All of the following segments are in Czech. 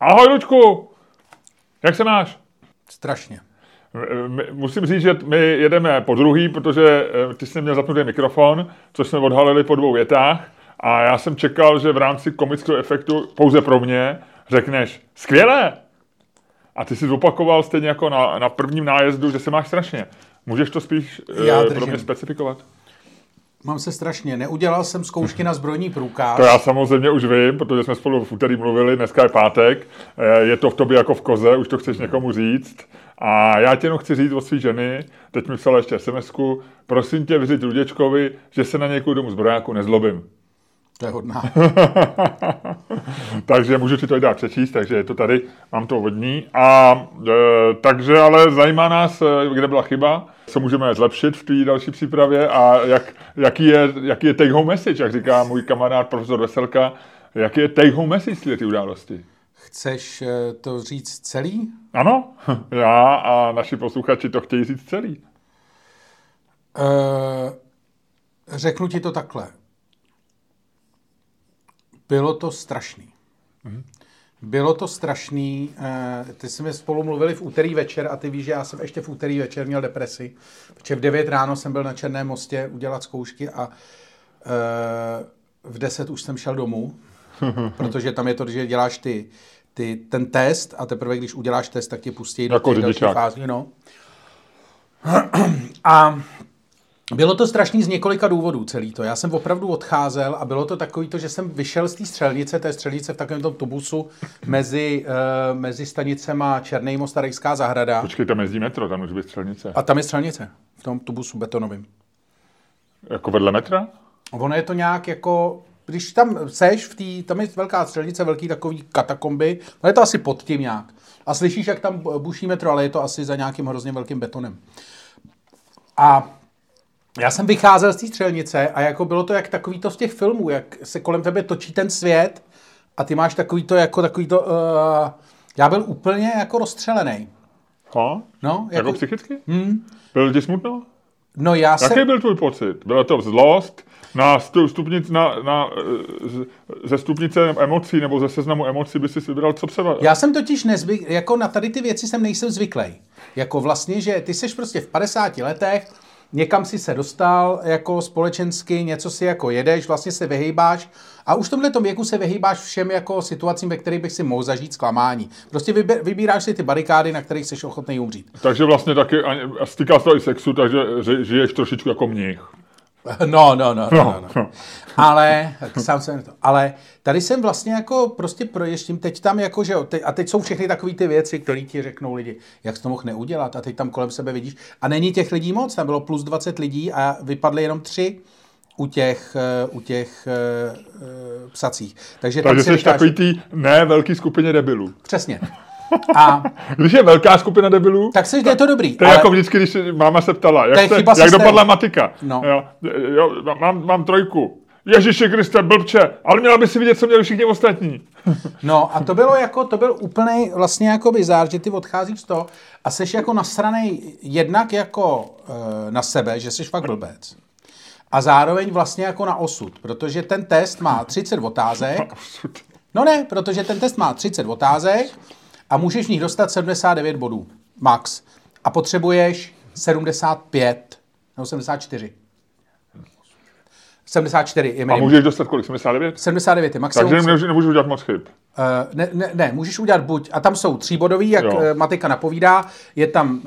Ahoj, Luďku! Jak se máš? Strašně. Musím říct, že my jedeme po druhý, protože ty jsi měl zapnutý mikrofon, což jsme odhalili po 2 větách. A já jsem čekal, že v rámci komického efektu pouze pro mě řekneš skvělé! A ty jsi zopakoval stejně jako na prvním nájezdu, že se máš strašně. Můžeš to spíš pro mě specifikovat? Mám se strašně. Neudělal jsem zkoušky na zbrojní průkaz. To já samozřejmě už vím, protože jsme spolu v úterý mluvili, dneska je pátek, je to v tobě jako v koze, už to chceš někomu říct. A já tě jenom chci říct od svý ženy, teď mi psala ještě SMS-ku, prosím tě vyřiď Luděčkovi, že se na něj kvůli tomu zbrojáku nezlobím. To je hodná. Takže můžu si to dát přečíst, takže je to tady, mám to vodní. Takže ale zajímá nás, kde byla chyba, co můžeme zlepšit v té další přípravě a jaký je take home message, jak říká můj kamarád profesor Veselka, jaký je take home message ty události. Chceš to říct celý? Ano, já a naši posluchači to chtějí říct celý. Řeknu ti to takhle. Bylo to strašný. Bylo to strašný. Ty jsme spolu mluvili v úterý večer a ty víš, že já jsem ještě v úterý večer měl depresi. Protože v 9 ráno jsem byl na Černém mostě udělat zkoušky a v 10 už jsem šel domů, protože tam je to, že děláš ten test a teprve, když uděláš test, tak tě pustí do té další fázy. No. A bylo to strašný z několika důvodů celý to. Já jsem opravdu odcházel a bylo to takový to, že jsem vyšel z té střelnice, to je střelnice v takovém tom tubusu mezi stanicema Černý most a Rejská zahrada. Počkej, tam jezdí metro, tam může být střelnice. A tam je střelnice, v tom tubusu betonovým. Jako vedle metra? Ono je to nějak jako, když tam seš, tam je velká střelnice, velký takový katakomby, ale je to asi pod tím nějak. A slyšíš, jak tam buší metro, ale je to asi za nějakým hrozně velkým betonem. A já jsem vycházel z té střelnice a jako bylo to jak takový to z těch filmů, jak se kolem tebe točí ten svět a ty máš takový to. Já byl úplně jako rozstřelený. No, jako psychicky? Bylo ti smutno? No Jaký byl tvůj pocit? Byla to zlost ze stupnice emocí nebo ze seznamu emocí by si vybral, co se... Já jsem totiž jako na tady ty věci jsem nejsem zvyklý. Jako vlastně, že ty seš prostě v 50 letech, někam si se dostal jako společensky, něco si jako jedeš, vlastně se vyhejbáš a už v tomhletom věku se vyhejbáš všem jako situacím, ve kterých bych si mohl zažít zklamání. Prostě vybíráš si ty barikády, na kterých jsi ochotný umřít. Takže vlastně taky stýká se to i sexu, takže žiješ trošičku jako mnich. No. Ale, sám jsem to. Ale tady jsem vlastně jako prostě proještím, teď tam jako, že jo, a teď jsou všechny takové ty věci, které ti řeknou lidi, jak jsi to mohl neudělat a teď tam kolem sebe vidíš. A není těch lidí moc, tam bylo plus 20 lidí a vypadly jenom 3 u těch psacích. Takže jsi takový tý velký skupině debilů. Přesně. A když je velká skupina debilů, tak je to dobrý. To je jako vždycky, když máma se ptala, jak dopadla matika. No. Jo, mám 3. Ježiši Kriste, blbče, ale měla by si vidět, co měli všichni ostatní. No a to byl úplnej vlastně jako bizár, že ty odcházíš z toho a seš jako nasranej jednak jako na sebe, že seš fakt blbec. A zároveň vlastně jako na osud, protože ten test má 30 otázek. No ne, protože ten test má 30 otázek a můžeš v nich dostat 79 bodů max. A potřebuješ 75 nebo 74. 74 je minimum. A můžeš dostat kolik? 79? 79 je maximum. Takže nemůžu udělat moc chyb. Ne, můžeš udělat buď, a tam jsou 3bodový, jak matika napovídá, je tam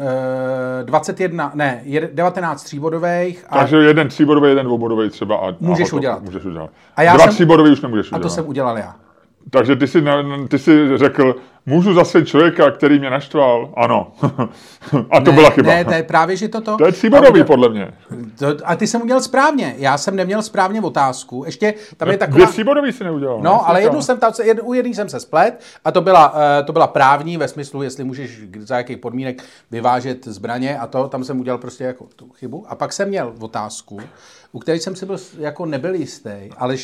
19 3bodových. Takže jeden 3bodový, jeden 2bodový třeba. Můžeš udělat. A 2 3bodový už nemůžeš udělat. A to jsem udělal já. Takže ty jsi řekl, můžu zase člověka, který mě naštval? Ano. A to byla chyba. Ne, to je právě, že toto. To je 3bodový podle mě. A ty jsem udělal správně. Já jsem neměl správně otázku. Ještě tam je taková... 2 3bodový si neudělal. No, ale u jedný jsem se splet a to byla právní ve smyslu, jestli můžeš za jakých podmínek vyvážet zbraně a to, tam jsem udělal prostě jako tu chybu. A pak jsem měl otázku, u které jsem si byl jako nebyl jistý, ale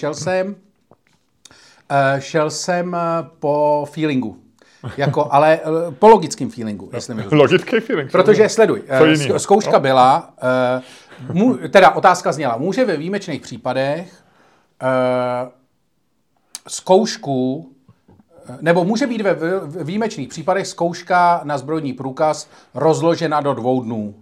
šel jsem po feelingu. Ale po logickém feelingu, jestli mi rozumíš. Logický feeling. Protože sleduj, zkouška byla, teda otázka zněla, může ve výjimečných případech zkoušku nebo může být ve výjimečných případech zkouška na zbrojní průkaz rozložena do 2 dnů.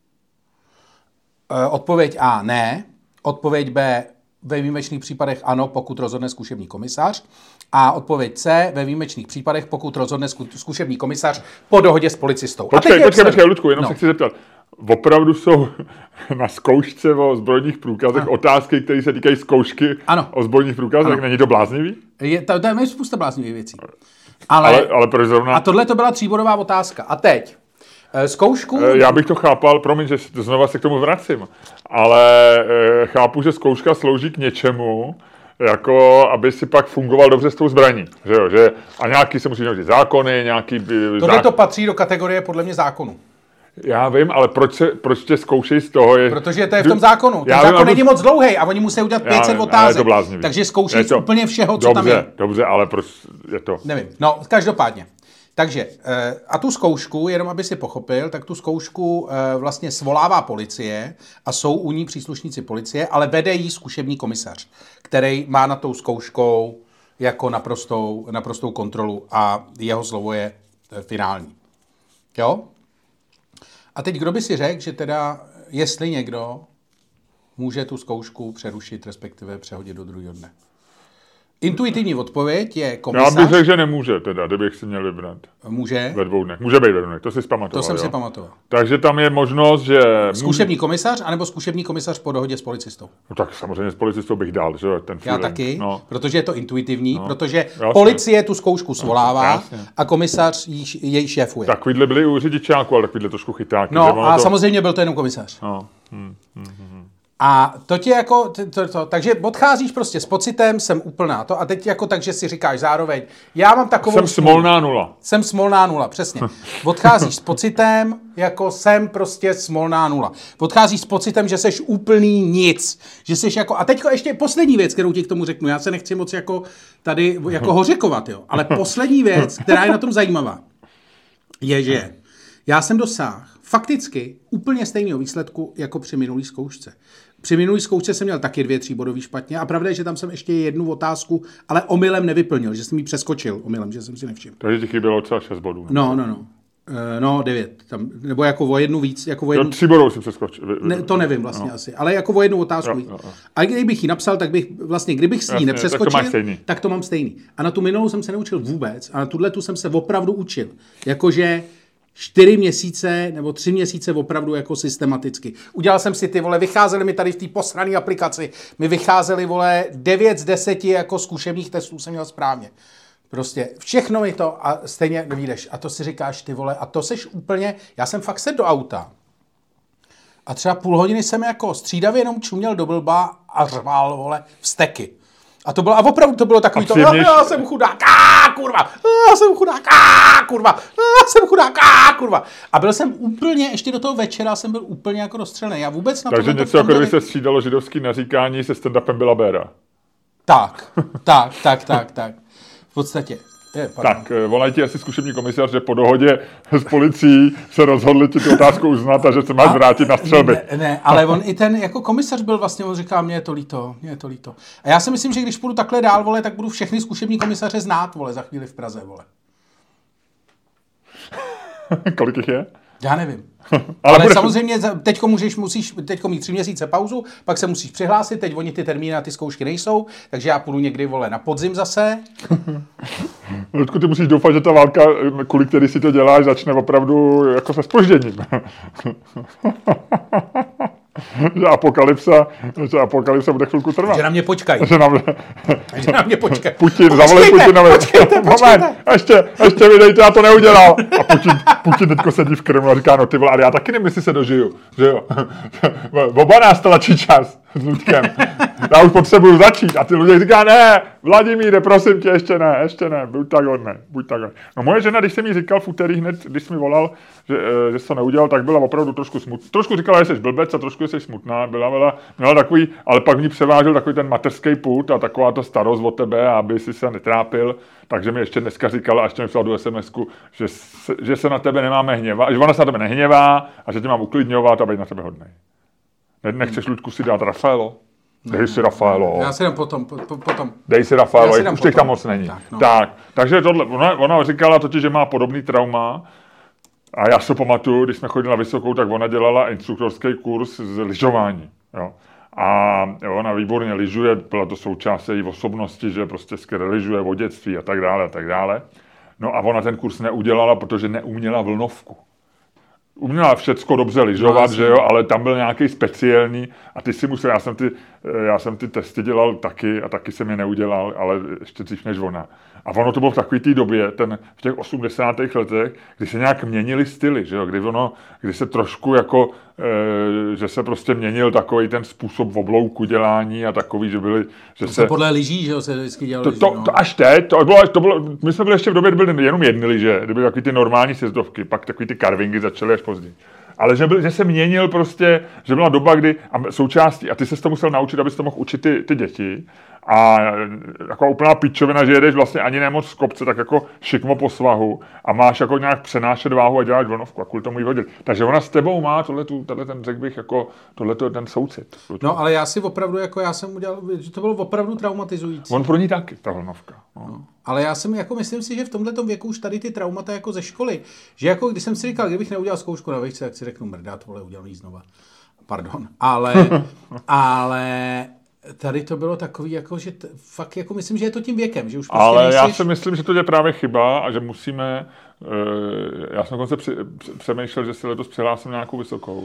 Odpověď A ne, odpověď B ve výjimečných případech ano, pokud rozhodne zkušební komisař. A odpověď C ve výjimečných případech, pokud rozhodne zkušební komisař po dohodě s policistou. Počkej, Ludku, jenom se chci zeptat. Opravdu jsou na zkoušce o zbrojních průkazech otázky, které se týkají zkoušky o zbrojních průkazech? Není to bláznivý? To je spousta bláznivých věcí. Ale proč zrovna... A tohle to byla 3bodová otázka. A teď? Zkoušku... Já bych to chápal, promiň, že znova se k tomu vracím, ale chápu, že zkouška slouží k něčemu, jako aby si pak fungoval dobře s tou zbraní. Že a nějaký se musí naučit zákony, nějaký... Tohle to patří do kategorie podle mě zákonu. Já vím, ale proč tě zkoušej z toho? Protože to je v tom zákonu. Ten zákon není moc dlouhý a oni musí udělat 500 otázek. Takže zkoušej z úplně všeho, co tam je. Dobře, ale proč je to? Nevím. No, každopádně. Takže, a tu zkoušku, jenom aby si pochopil, tak tu zkoušku vlastně svolává policie a jsou u ní příslušníci policie, ale vede jí zkušební komisař, který má nad tou zkouškou jako naprostou kontrolu a jeho slovo je finální. Jo? A teď kdo by si řekl, že teda, jestli někdo může tu zkoušku přerušit, respektive přehodit do druhého dne? Intuitivní odpověď je komisař. Já bych řekl, že nemůže teda, kdybych si měl vybrat. Může. Ve 2 dnech. Může být ve 2 dnech, to si zpamatoval. To jsem si pamatoval. Takže tam je možnost, že... Zkušební komisař, anebo zkušební komisař po dohodě s policistou. No tak samozřejmě s policistou bych dal, že ten feeling. Já taky, protože je to intuitivní, protože policie tu zkoušku svolává a komisař jej šéfuje. Takovýhle byli u řidičáku, ale takovýhle trošku chytáky. No a samozřejmě byl to jenom komisař. A to tě jako, takže odcházíš prostě s pocitem, jsem úplná to a teď jako takže si říkáš zároveň, já mám takovou... Jsem smolná nula. Jsem smolná nula, přesně. Odcházíš s pocitem, jako jsem prostě smolná nula. Odcházíš s pocitem, že seš úplný nic. Že seš jako, a teďko ještě poslední věc, kterou ti k tomu řeknu, já se nechci moc jako tady jako hořekovat, jo, ale poslední věc, která je na tom zajímavá, je, že já jsem dosáhl fakticky úplně stejného výsledku jako při minulý zkoušce. Při minulý zkoušce jsem měl taky 2 3bodový špatně a pravda je, že tam jsem ještě jednu otázku, ale omylem nevyplnil, že jsem ji přeskočil omylem, že jsem si nevšiml. Takže ti chybělo třeba 6 bodů. No, 9. Tam, nebo jako o jednu víc. Jako o jednu... 3 bodů jsem přeskočil. Ne, to nevím vlastně asi, ale jako o jednu otázku. Jo. A kdybych ji napsal, tak bych vlastně, kdybych si ji nepřeskočil, tak to mám stejný. A na tu minulou jsem se neučil vůbec a na tuhletu jsem se opravdu učil. Jakože 4 měsíce nebo 3 měsíce opravdu jako systematicky. Udělal jsem si ty, vole, vycházely mi tady v té posrané aplikaci, mi vycházely, vole, 9 z 10 jako zkušebních testů jsem měl správně. Prostě všechno mi to a stejně nevídeš. A to si říkáš, ty vole, a to seš úplně, já jsem fakt sedl do auta a třeba půl hodiny jsem jako střídavě jenom čuměl do blba a řval, vole, vzteky. A to bylo, a opravdu to bylo takový to, já jsem chudák, kurva, já jsem chudák, kurva, já jsem chudák, kurva. A byl jsem úplně, ještě do toho večera jsem byl úplně jako rozstřelený. Já vůbec na to... Takže něco, jako kdyby se střídalo židovský naříkání se stand-upem Billa Beara. Tak. V podstatě. Tak, volají ti asi zkušební komisař, že po dohodě s policií se rozhodli ti tu otázku uznat a že se máš vrátit na střelby. Ne, ale on i ten jako komisař byl vlastně, on říká, mně je to líto. A já si myslím, že když půjdu takhle dál, vole, tak budu všechny zkušební komisaře znát, vole, za chvíli v Praze, vole. Kolik jich je? Já nevím. Ale samozřejmě musíš mít 3 měsíce pauzu, pak se musíš přihlásit, teď oni ty termíny na ty zkoušky nejsou, takže já půjdu někdy, vole, na podzim zase. Ludku, ty musíš doufat, že ta válka, kvůli který si to děláš, začne opravdu jako se zpožděním. Že apokalypsa bude chvilku trvat. Že na mě počkají. Že na mě počkají. Putin, zavolej Putinovi. Moment, ještě vydejte, já to neudělal. A Putin teďko sedí v Krymu a říká, no ty vole, ale já taky nevím, jestli se dožiju. Že jo? Oba nás tlačí čas s Ludkem. Já už potřebuju začít. A ty lidé říká, ne, Vladimíre, prosím tě, ještě ne, buď tak hodnej. No moje žena, když jsem jí říkal v úterý hned, když jsi mi volal, že jsi to neudělal, tak byla opravdu trošku smutná. Trošku říkala, že jsi blbec a trošku jsi smutná. Měla takový, ale pak v ní převážel takový ten mateřský pult a taková to starost o tebe, aby si se netrápil. Takže mi ještě dneska říkala, a ještě mi psala do SMS-ku, že se na tebe nemáme hněvat, že ona se na tebe nehněvá a že tě mám uklidňovat a být na tebe hodnej. Nechceš, Ludku, si dát Rafaelo? Dej si Rafaelo. Já si dám potom. Dej si Rafaelo, už těch tam moc není. Tak, takže tohle, ona říkala totiž, že má podobný trauma. A já se pamatuju, když jsme chodili na vysokou, tak ona dělala instruktorský kurz z lyžování. Jo. A ona výborně lyžuje, byla to součást její osobnosti, že prostě skvěle lyžuje o dětství a tak dále a tak dále. No a ona ten kurz neudělala, protože neuměla vlnovku. Uměla všecko dobře lyžovat, že jo, ale tam byl nějaký speciální a ty si musel, já jsem ty testy dělal taky a taky jsem je neudělal, ale ještě dřív než ona. A ono to bylo v takové té době, v těch 80. letech, kdy se nějak měnily styly, že jo, kdy se trošku jako, že se prostě měnil takový ten způsob oblouku dělání a takový, že byly, že to se podle lyží, že jo, se vždycky dělalo. To až teď, to bylo, my jsme byli ještě v době, kdy byly jenom jedny lyže, kdy byly takový ty normální sjezdovky, pak takový ty carvingy začaly až později. Ale že se měnil prostě, že byla doba, kdy součástí, a ty se to musel naučit, abys to mohl učit ty děti. A jako úplná pičovina, že jedeš vlastně ani nemoc z kopce, tak jako šikmo po svahu a máš jako nějak přenášet váhu a dělat vlnovku a kvůli tomu jí vodil. Takže ona s tebou má ten, řekl bych, jako ten soucit. No, ale já si opravdu, jako já jsem udělal, že to bylo opravdu traumatizující. On pro ní taky, ta vlnovka. No. Ale já jsem, jako myslím si, že v tomhletom věku už tady ty traumata jako ze školy, že jako když jsem si říkal, kdybych neudělal zkoušku na vejšce, tak si řeknu mrdát, vole, udělám jí znova. Pardon. Ale tady to bylo takový, jako, že fakt jako myslím, že je to tím věkem, že už prostě ale nejsiš... já si myslím, že to je právě chyba a že musíme, já jsem dokonce přemýšlel, že si letos přihlásím nějakou vysokou.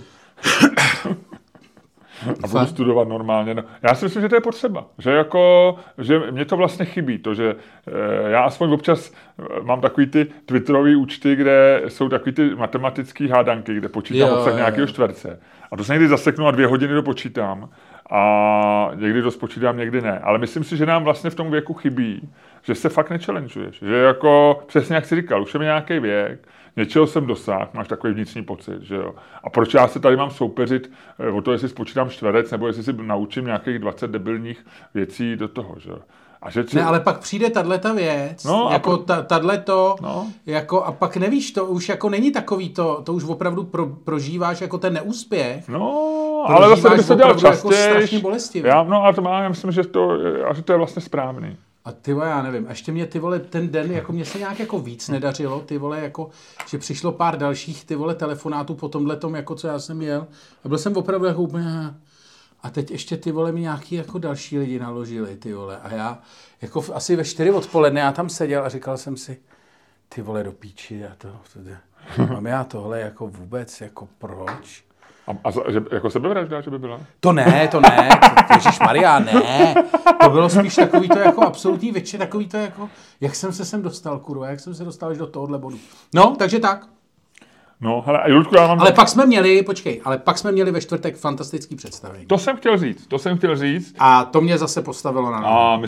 A budu studovat normálně. No, já si myslím, že to je potřeba. Že mě to vlastně chybí. To, že já aspoň občas mám takový ty twitterový účty, kde jsou takový ty matematický hádanky, kde počítám obsah nějakého čtverce. A to se někdy zaseknu a 2 hodiny dopočítám. A někdy to spočítám, někdy ne. Ale myslím si, že nám vlastně v tom věku chybí, že se fakt nechallengeuješ. Že jako, přesně jak jsi říkal, už je mi nějaký věk, něčeho jsem dosáhl, máš takový vnitřní pocit, že jo. A proč já se tady mám soupeřit o to, jestli spočítám čtverec, nebo jestli si naučím nějakých 20 debilních věcí do toho, že jo. Ne, ale pak přijde tato věc, no, jako tato, no. Jako, a pak nevíš, to už jako není takový to už opravdu prožíváš jako ten neúspěch. No, ale zase, kdyby to dělal častěji. Jako strašně bolestivý. Já myslím, že to je vlastně správný. A ty vole, já nevím, ještě mě ty vole ten den, jako mě se nějak jako víc nedařilo, ty vole, jako, že přišlo pár dalších ty vole telefonátů po tomhletom, jako co já jsem jel. A byl jsem opravdu jako úplně... A teď ještě ty vole mi nějaký jako další lidi naložili, ty vole. A já jako asi ve 4 odpoledne já tam seděl a říkal jsem si, ty vole do píči a mám já tohle jako vůbec, jako proč? A že jako sebevražda, že by byla? To ne, ježišmarja, ne. To bylo spíš takový to jako absolutní večer, takový to jako, jak jsem se sem dostal, kurva, jak jsem se dostal až do tohohle bodu. No, takže tak. No, hele, a Julku, já mám... Ale pak jsme měli ve čtvrtek fantastický představení. To jsem chtěl říct. A to mě zase postavilo na nohu. A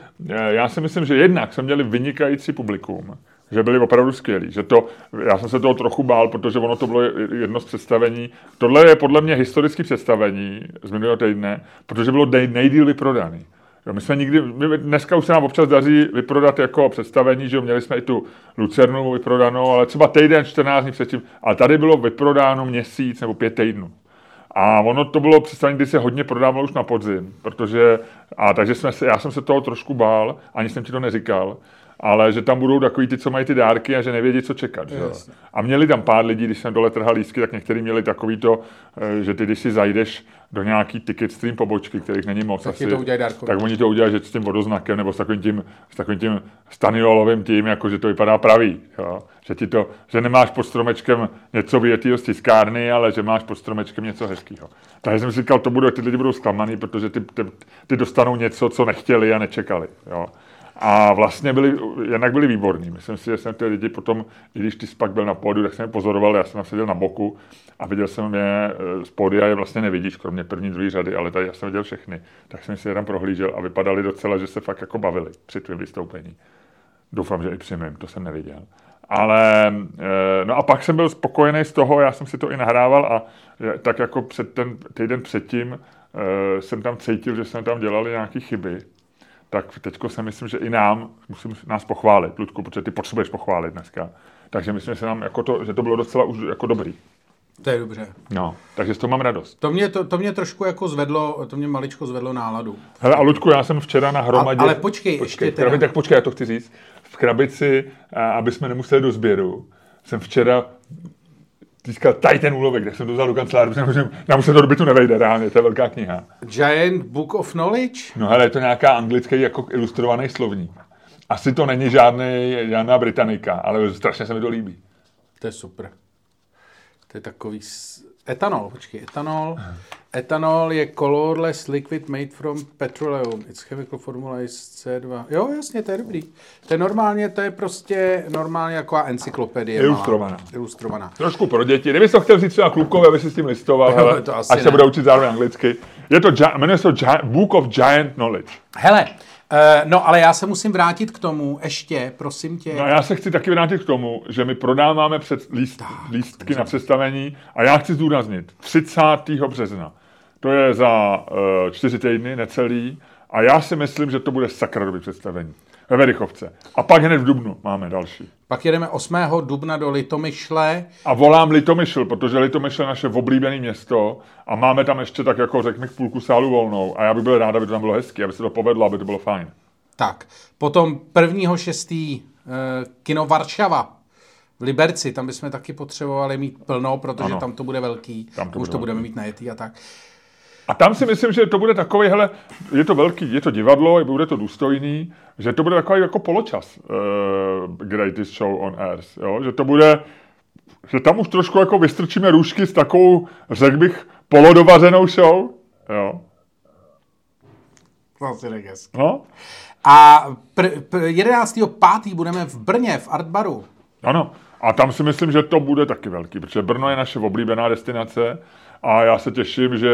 já si myslím, že jednak jsme měli vynikající publikum, že byli opravdu skvělí, já jsem se toho trochu bál, protože ono to bylo jedno z představení. Tohle je podle mě historické představení z minulého týdne, protože bylo nejdýl vyprodaný. Jo, dneska už se nám občas daří vyprodat jako představení, že měli jsme i tu Lucernu vyprodanou, ale třeba týden, 14 dní předtím, ale tady bylo vyprodáno měsíc nebo 5 týdnů. A ono to bylo představení, kdy se hodně prodávalo už na podzim, takže já jsem se toho trošku bál, ani jsem ti to neříkal, ale že tam budou takový ty, co mají ty dárky a že nevědí, co čekat. Že? A měli tam pár lidí, když jsem dole trhal lístky, tak někteří měli takový to, že ty, když si zajdeš do nějaký ticket stream pobočky, kterých není moc, tak oni to udělají že s tím vodoznakem nebo s takovým tím staniolovým tím, jako že to vypadá pravý. Jo? Že nemáš pod stromečkem něco vyjetýho z tiskárny, ale že máš pod stromečkem něco hezkýho. Takže jsem si říkal, ty lidi budou zklamaný, protože ty dostanou něco, co nechtěli a nečekali. Jo? A vlastně byli výborní. Myslím si, že jsem ty lidi potom, i když ty pak byl na pódiu, tak jsem je pozoroval, já jsem tam seděl na boku a viděl jsem je z pódia, je vlastně nevidíš, kromě první, druhé řady, ale tady já jsem viděl všechny. Tak jsem si je tam prohlížel a vypadali docela, že se fakt jako bavili při tvém vystoupení. Doufám, že i při mým, to jsem neviděl. Ale, no a pak jsem byl spokojený z toho, já jsem si to i nahrával a tak jako ten týden předtím jsem tam cítil, že jsme tam dělali nějaké chyby. Tak teďko si myslím, že i musím nás pochválit, Ludku, protože ty potřebuješ pochválit dneska. Takže myslím, že že to bylo docela už jako dobrý. To je dobře. No, takže z toho mám radost. To mě trošku jako zvedlo, to mě maličko zvedlo náladu. Hele, a Luďku, já jsem včera na hromadě... Ale počkej ještě teda. Tak počkej, já to chci říct. V krabici, aby jsme nemuseli do sběru, jsem včera získal tady ten úlovek, kde jsem to vzal do kanceláře, nám se to do bytu nevejde, reálně, to je velká kniha. Giant Book of Knowledge? No hele, je to nějaká anglický jako ilustrovaný slovník. Asi to není žádná Britanika, ale strašně se mi to líbí. To je super. To je takový... Etanol, počkej, Etanol je colorless liquid made from petroleum. Its chemical formula is C2. Jo, jasně, to je dobrý. To je normálně, to je prostě normálně taková encyklopedie. Ilustrovaná. Trošku pro děti. Kdybys to chtěl vzít třeba klubkovi, aby si s tím listoval, hele, až se bude učit zároveň anglicky. Je to, jmenuje se to Book of Giant Knowledge. Hele, no ale já se musím vrátit k tomu ještě, prosím tě. No já se chci taky vrátit k tomu, že my prodáváme lístky na představení a já chci zdůraznit 30. března. To je za 4 týdny, necelý. A já si myslím, že to bude sakra dobrý představení. Ve Verichovce. A pak hned v dubnu máme další. Pak jedeme 8. dubna do Litomyšle. A volám Litomyšl, protože Litomyšl je naše oblíbené město a máme tam ještě tak jako řekl bych půlku sálu volnou. A já bych byl rád, aby to tam bylo hezky, aby se to povedlo, aby to bylo fajn. Tak, potom 1.6. Kino Varšava v Liberci, tam bychom taky potřebovali mít plno, protože tam to bude velký. Už to budeme mít najetý a tak. A tam si myslím, že to bude takový, hele, je to velký, je to divadlo, bude to důstojný, že to bude takový jako poločas Greatest Show on Earth, jo? Že to bude, že tam už trošku jako vystrčíme růžky s takovou, řekl bych, polodovařenou show, jo. No. A 11.5. budeme v Brně, v Artbaru. Ano, a tam si myslím, že to bude taky velký, protože Brno je naše oblíbená destinace a já se těším, že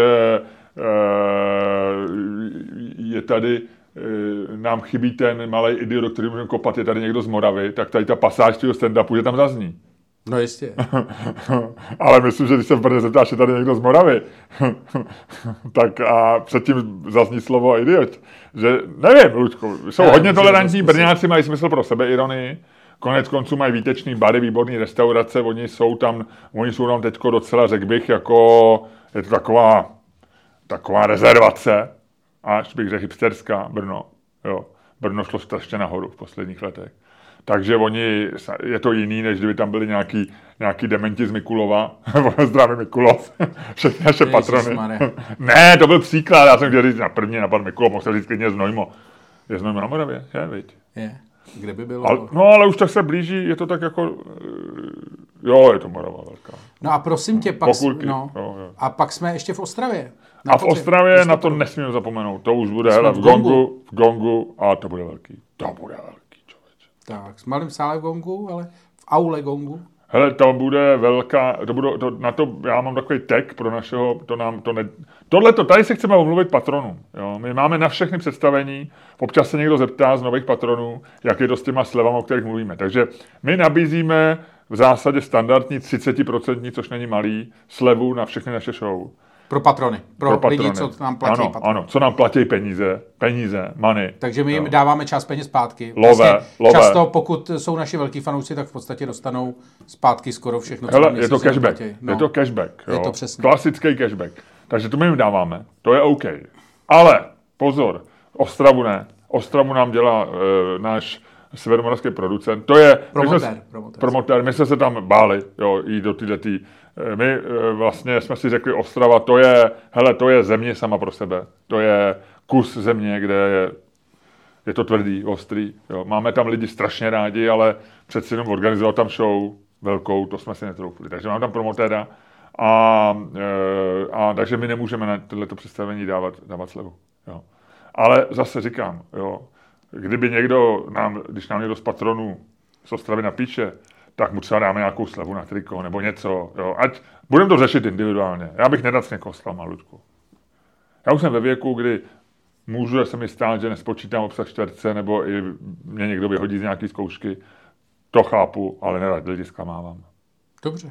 je tady, nám chybí ten malej idiot, který můžeme kopat, je tady někdo z Moravy, tak tady ta pasáž toho stand-upu, že tam zazní. No jistě. Ale myslím, že když se v Brně zeptáš, je tady někdo z Moravy, tak a předtím zazní slovo idiot. Že, nevím, Luďku, jsou hodně tolerantní, Brňáci mají smysl pro sebeironii, konec konců mají výtečný bary, výborný restaurace, oni jsou tam teďko docela, řekl bych, jako, je to taková rezervace, až bych řekl hipsterská, Brno. Jo. Brno šlo strašně nahoru v posledních letech. Takže je to jiný, než kdyby tam byli nějaký dementi z Mikulova. Zdravý Mikulov. Všechny naše patrony. Ne, to byl příklad. Já jsem chtěl říct na první napad Mikulov, mohl jsem říct klidně Znojmo. Je Znojmo na Moravě? Je, viď? Je. Kde by bylo? Ale už tak se blíží, je to tak jako... Jo, je to Morava velká. No a prosím tě, pak... Jo. A pak jsme ještě v Ostravě. A v Ostravě na to nesmíme zapomenout. To už bude v Gongu a to bude velký. To bude velký, člověče. Tak, s malým sálem v Gongu, ale v aule Gongu. Hele, to bude velká, já mám takový tag pro našeho, tady se chceme omluvit patronům, jo. My máme na všechny představení, občas se někdo zeptá z nových patronů, jak je to s těma slevama, o kterých mluvíme. Takže my nabízíme v zásadě standardní 30%, což není malý, slevu na všechny naše show. Pro patrony. Pro lidi, co nám platí. Ano, co nám platí peníze, money. Takže my jim dáváme část peněz zpátky. Love. Často, pokud jsou naši velký fanoušci, tak v podstatě dostanou zpátky skoro všechno, co je to cashback. No. Je to cashback. Jo. Je to přesně. Klasický cashback. Takže to my jim dáváme. To je OK. Ale pozor, Ostravu nám dělá náš severomoravský producent. To je promotér. My jsme se tam báli, jo, jít do tyhletý. My vlastně jsme si řekli, Ostrava, to je země sama pro sebe. To je kus země, kde je to tvrdý, ostrý. Jo. Máme tam lidi strašně rádi, ale přeci jenom organizovat tam show velkou, to jsme si netroufli. Takže máme tam promotéra a takže my nemůžeme na tohleto představení dávat slevu. Jo. Ale zase říkám, jo, kdyby když nám někdo z patronů z Ostravy napíše, tak mu třeba dáme nějakou slevu na triko nebo něco. Jo. Ať budeme to řešit individuálně. Já bych nerad s někoho zklamal, Ludku. Já už jsem ve věku, kdy můžu se mi stát, že nespočítám obsah čtverce, nebo i mě někdo vyhodí z nějaký zkoušky. To chápu, ale nerad lidi zklamávám. Dobře.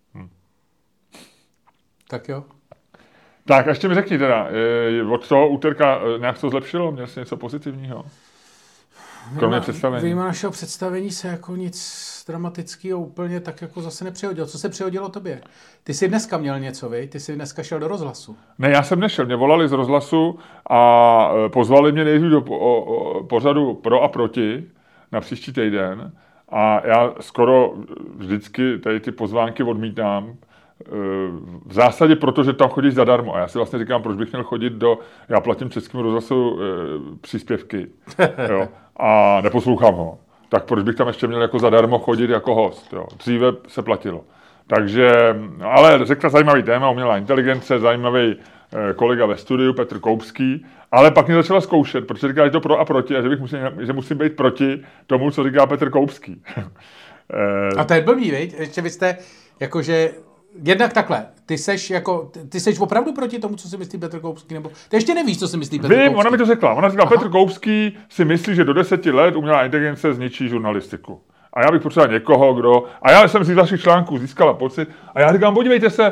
Tak jo. Tak a ještě mi řekni teda, od toho úterka nějak to zlepšilo? Měl jsi něco pozitivního? kromě představení. Vyjma našeho představení se jako nic dramatického úplně tak jako zase nepřihodilo. Co se přihodilo tobě? Ty jsi dneska měl něco, vej? Ty jsi dneska šel do rozhlasu. Ne, já jsem nešel. Mě volali z rozhlasu a pozvali mě nejdřív do pořadu Pro a proti na příští týden. A já skoro vždycky tady ty pozvánky odmítám. V zásadě proto, že tam chodíš zadarmo. A já si vlastně říkám, proč bych měl chodit já platím Českému rozhlasu příspěvky. Jo, a neposlouchám ho. Tak proč bych tam ještě měl jako zadarmo chodit jako host. Jo. Dříve se platilo. Takže, ale řekla zajímavý téma, umělá inteligence, zajímavý kolega ve studiu, Petr Koupský, ale pak mě začala zkoušet, protože říká, že to pro a proti a že musím být proti tomu, co říká Petr Koupský. A to je blbý, viď? Ještě vy jste, jakože, jednak takhle, ty seš opravdu proti tomu, co si myslí Petr Koupský, nebo ty ještě nevíš, co si myslí Petr Koupský? Ona mi to řekla. Ona říkala, Petr Koupský si myslí, že do 10 let umělá inteligence zničí žurnalistiku. A já bych potřeboval někoho, kdo... A já jsem si z vašich článků získala pocit. A já říkám, podívejte se,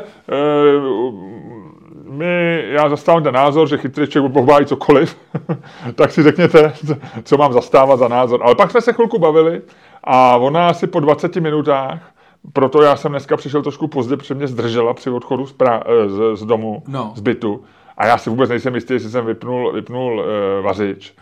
já zastávám ten názor, že chytrý člověk pochválí cokoliv, tak si řekněte, co mám zastávat za názor. Ale pak jsme se chvilku bavili a ona asi po 20 minutách, proto já jsem dneska přišel trošku pozdě, protože mě zdržela při odchodu z domu, z bytu. A já si vůbec nejsem jistý, jestli jsem vypnul vařič.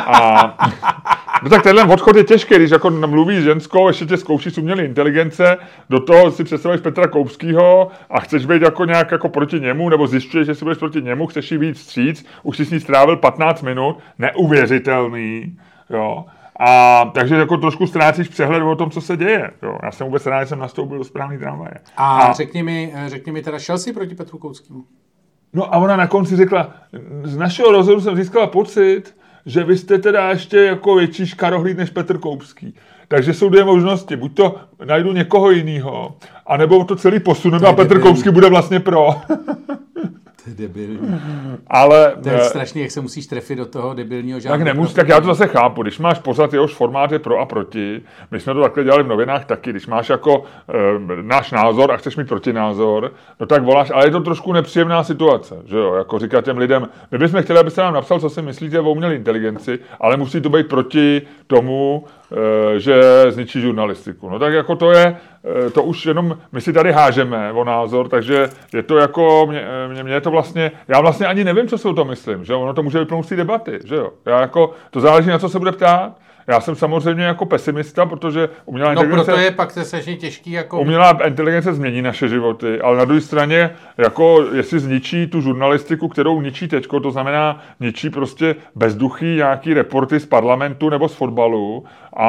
No tak tenhle odchod je těžký, když jako mluvíš ženskou, ještě tě zkoušíš umělé inteligence, do toho si představuješ Petra Koupskýho a chceš být jako nějak jako proti němu, nebo zjišťuješ, že si budeš proti němu, chceš jí víc vstříc, už si s ní strávil 15 minut, neuvěřitelný, jo. A takže jako trošku ztrácíš přehled o tom, co se děje. Jo. Já jsem vůbec rád, že jsem nastoupil do správný tramvaje. A řekni mi teda, šel jsi proti Petru Koupskému? No a ona na konci řekla, z našeho rozhovoru jsem získala pocit, že vy jste teda ještě jako větší škarohlíd než Petr Koupský. Takže jsou dvě možnosti. Buď to najdu někoho jiného, anebo to celý posuneme a Petr Koupský bude vlastně pro. To je debilní. Ale to je strašně, jak se musíš trefit do toho debilního žánru. Tak nemusí, tak já to zase chápu. Když máš pořad, jehož formát je pro a proti, my jsme to takhle dělali v novinách taky, když máš jako náš názor a chceš mít protinázor, no tak voláš, ale je to trošku nepříjemná situace, že jo, jako říkat těm lidem, my bychom chtěli, abyste nám napsal, co si myslíte o umělé inteligenci, ale musí to být proti tomu, že zničí žurnalistiku. No tak jako to už jenom, my si tady hážeme o názor, takže je to jako, mě to vlastně, já vlastně ani nevím, co si o tom myslím, že ono to může vypnout z té debaty, že jo. Já jako, to záleží, na co se bude ptát. Já jsem samozřejmě jako pesimista, protože umělá inteligence... proto je pak to strašně těžký jako... Umělá inteligence změní naše životy, ale na druhé straně, jako jestli zničí tu žurnalistiku, kterou ničí teďko, to znamená ničí prostě bezduchý nějaký reporty z parlamentu nebo z fotbalu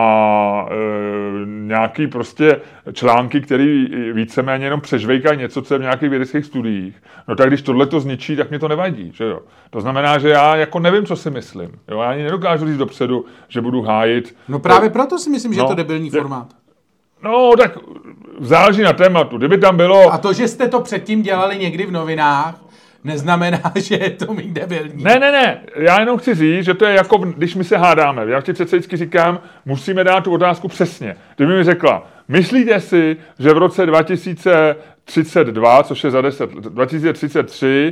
a nějaký prostě články, který víceméně jenom přežvejkají něco, co je v nějakých vědeckých studiích. No tak když tohle to zničí, tak mě to nevadí, že jo. To znamená, že já jako nevím, co si myslím. Jo? Já ani nedokážu říct dopředu, že budu hájit. No právě proto si myslím, že je to debilní formát. No, tak záleží na tématu. Kdyby tam bylo... A to, že jste to předtím dělali někdy v novinách, neznamená, že je to mít debilní. Ne. Já jenom chci říct, že to je jako, když my se hádáme. Já ti přece vždycky říkám, musíme dát tu otázku přesně. Kdyby mi řekla, myslíte si, že v roce 2032, což je za 2033,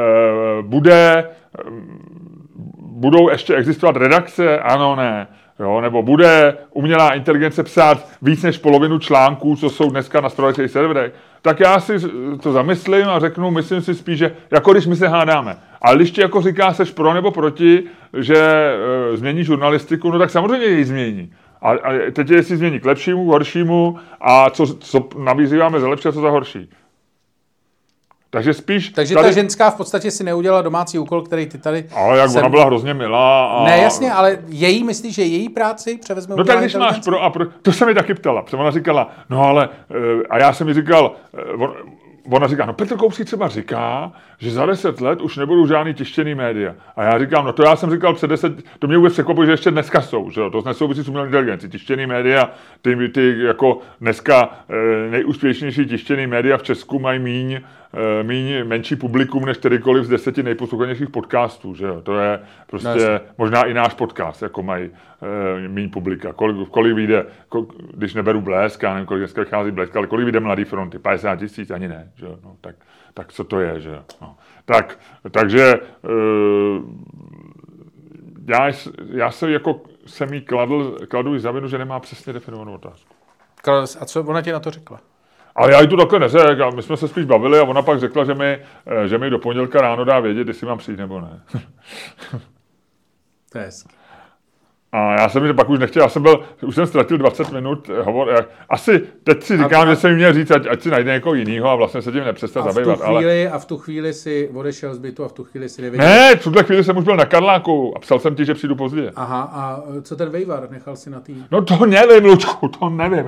budou ještě existovat redakce? Ano, ne. Jo, nebo bude umělá inteligence psát víc než polovinu článků, co jsou dneska na zpravodajských serverech, tak já si to zamyslím a řeknu, myslím si spíš, že jako když my se hádáme. Ale když ti jako říká, seš pro nebo proti, že změní žurnalistiku, no tak samozřejmě ji změní. A teď jestli změní k lepšímu, k horšímu a co nabízíváme za lepší a co za horší. Takže spíš... Takže ta ženská v podstatě si neudělala domácí úkol, který ty tady... Ale jak ona byla hrozně milá a... Ne, jasně, ale myslíš, že její práci převezme No tak když máš pro a pro... To se mi taky ptala, protože ona říkala, no ale... A já jsem mi říkal... Ona říká, no Petr Koupský třeba říká, že za 10 let už nebudou žádný tištěný média. A já říkám, no to já jsem říkal před 10, to mě vůbec překvapuje, že ještě dneska jsou, že jo, to nesouvisí s umělou inteligencí. Tištěný média, ty jako dneska nejúspěšnější tištěný média v Česku mají menší publikum než kterýkoliv z 10 nejposlouchanějších podcastů, že jo. To je prostě možná i náš podcast, jako mají míň publika. Kolik vyjde, když neberu Blesk, já nevím, kolik dneska vychází Blesk, ale kolik vyjde Mladý fronty, 50 000, ani ne, že jo. No, tak co to je, že jo. No. Takže já se jako jsem jí kladu za vinu, že nemá přesně definovanou otázku. A co ona ti na to řekla? Ale já jí to takhle neřekl, my jsme se spíš bavili a ona pak řekla, že mi do pondělka ráno dá vědět, jestli mám přijít nebo ne. To je hezky. A já jsem že pak už nechtěl, už jsem ztratil 20 minut hovor. Asi teď si říkám, že jsem měl říct, ať si najde někoho jinýho a vlastně se tím nepřestat zabývat. A v tu chvíli si odešel z bytu a v tu chvíli si nevěděl. Ne, v tuhle chvíli jsem už byl na Karláku a psal jsem ti, že přijdu později. Aha, a co ten vejvar nechal si na tý? No to nevím, Lučku, to nevím.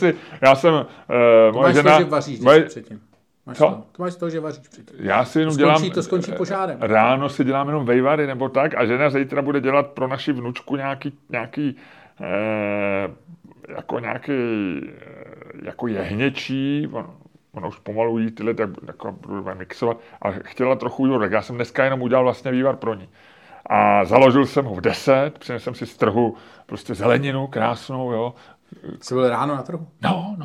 Moje žena... To, že vaříš předtím. To máš to, že vaříš předtím. Já si jenom to skončí požárem. Ráno si dělám jenom vejvary nebo tak a žena zítra bude dělat pro naši vnučku nějaký jako jehněčí, ono už pomalu jí tyhle, tak budu mixovat, a chtěla trochu jídlo, tak já jsem dneska jenom udělal vlastně vývar pro ní. A založil jsem ho v 10, přinesl jsem si z trhu prostě zeleninu krásnou, jo. Jsi byl ráno na trhu? No.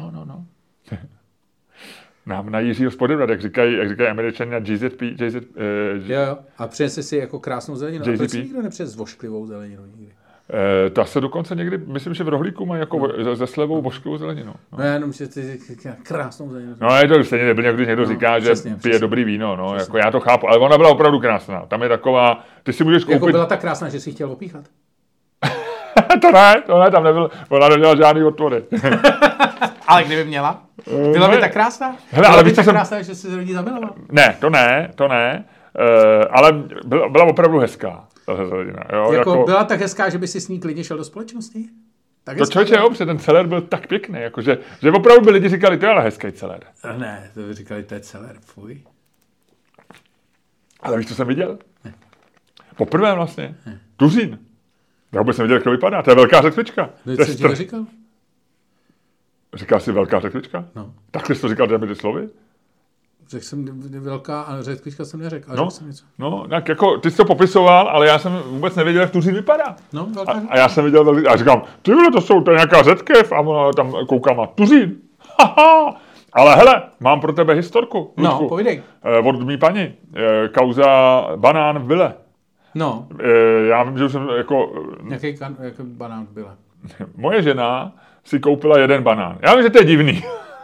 Na Jiřího Spodebrat, jak říkají Američané na JZP. Jo. A přinesli si jako krásnou zeleninu. A proč si nikdo nepřines vošklivou zeleninu nikdy? Ta se dokonce někdy, myslím, že v rohlíku má jako ze slevou vošklivou zeleninu. No jenom, že ty krásnou zeleninu. No je to stejně nebyl, když někdo říká, že pije dobrý víno, no, jako já to chápu, ale ona byla opravdu krásná. Tam je taková, ty si můžeš koupit... Jako byla tak krásná, že jsi chtěl opíchat? to ne, tam nebyl, ona neměla žádný otvory. Ale kdyby měla? Byla by tak krásná? Byla by tak krásná, že jsi z rodí zamiloval? Ne, to ne. Ale byla opravdu hezká. Jako byla tak hezká, že by si s ní klidně šel do společnosti? Tak to člověče, ten celer byl tak pěkný, jakože, že opravdu by lidi říkali, to je ale hezký celer. Ne, to by říkali, to je celer, fuj. Ale víš, co jsem viděl? Ne. Poprvé vlastně. Tuzín. Já vůbec jsem viděl, jak to vypadá. To je velká řetkvička. Co jsi to říkal? Říkal jsi velká řetkvička? No. Takhle jsi to říkal těmi ty slovy? Řekl jsem velká, ale řetkvička jsem neřekl. No, jsem něco. No, tak jako ty jsi to popisoval, ale já jsem vůbec nevěděl, jak Tuzín vypadá. No, velká. A já jsem viděl, a říkám, ty vole, to je nějaká řetkev, a ona tam koukám a Tuzín. Haha. Ale hele, mám pro tebe historku. Lučku. No, povídej. Od mý paní. Kauza banán v Byle. No. Já vím, že už jsem jako... Jaký banán v Byle? Moje žena si koupila jeden banán. Já vím, že to je divný.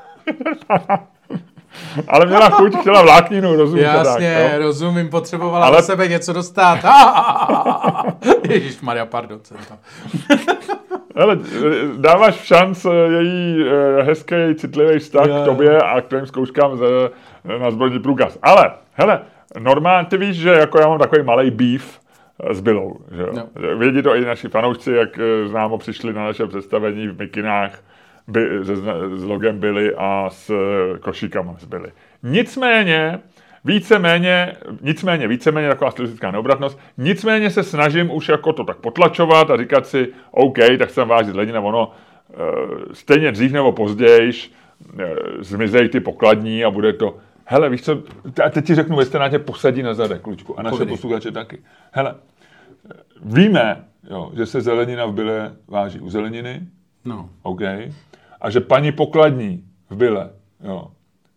Ale měla chuť, chtěla vlákninu, rozumím. Jasně, tak, rozumím, potřebovala do sebe něco dostat. Ježišmarja, pardon, jsem tam. Hele, dáváš šanc její hezký, citlivý vztah k tobě a k tvým zkouškám na zbrojní průkaz. Ale, hele, normálně ty víš, že jako já mám takový malej beef s Bylou. Že jo? No. Vědí to i naši fanoušci, jak známo přišli na naše představení v mikinách s logem Billy a s košíkama z Billy. Nicméně taková stylistická neobratnost, nicméně se snažím už jako to tak potlačovat a říkat si, OK, tak jsem vážit zelenina, ono stejně dřív nebo později zmizej ty pokladní a bude to, hele, víš co, a teď ti řeknu, jestli na tě posadí na zadek, Lučku, a naše posluchače taky. Hele, víme, jo, že se zelenina v Byle váží u zeleniny, no. OK, a že paní pokladní v Byle, jo,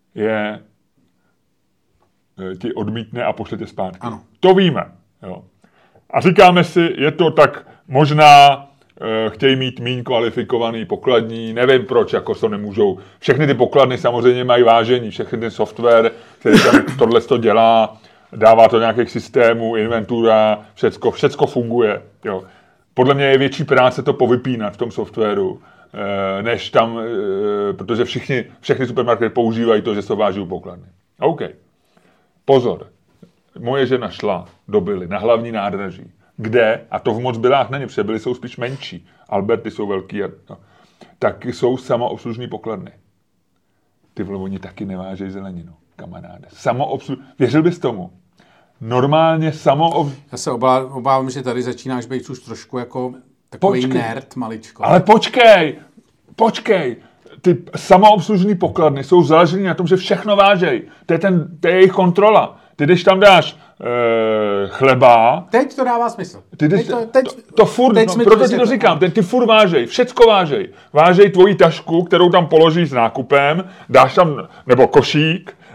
ti odmítne a pošle tě zpátky. Ano. To víme. Jo. A říkáme si, je to tak možná chtějí mít míň kvalifikovaný pokladní, nevím proč, jako to nemůžou. Všechny ty pokladny samozřejmě mají vážení, všechny ten software, který tam tohle to dělá, dává to nějakých systémů, inventura, všecko funguje. Jo. Podle mě je větší práce to povypínat v tom softwaru, než tam, protože všechny supermarkety používají to, že se váží u pokladny. OK. Pozor, moje žena šla do Bily na hlavní nádraží, kde, a to v moc Bylách není, protože Bily jsou spíš menší, Alberty jsou velký, taky jsou samoobslužný pokladny. Ty vole, oni taky nevážejí zeleninu, kamaráde. Věřil bys tomu? Normálně Já se obávám, že tady začínáš být už trošku jako takový nerd maličko. Ale počkej. Ty samoobslužný pokladny jsou založený na tom, že všechno vážej. To je jejich kontrola. Ty, když tam dáš chleba... Teď to dává smysl. To furt, proto ti to říkám, ty furt vážej, všecko vážej. Vážej tvoji tašku, kterou tam položíš s nákupem, dáš tam, nebo košík,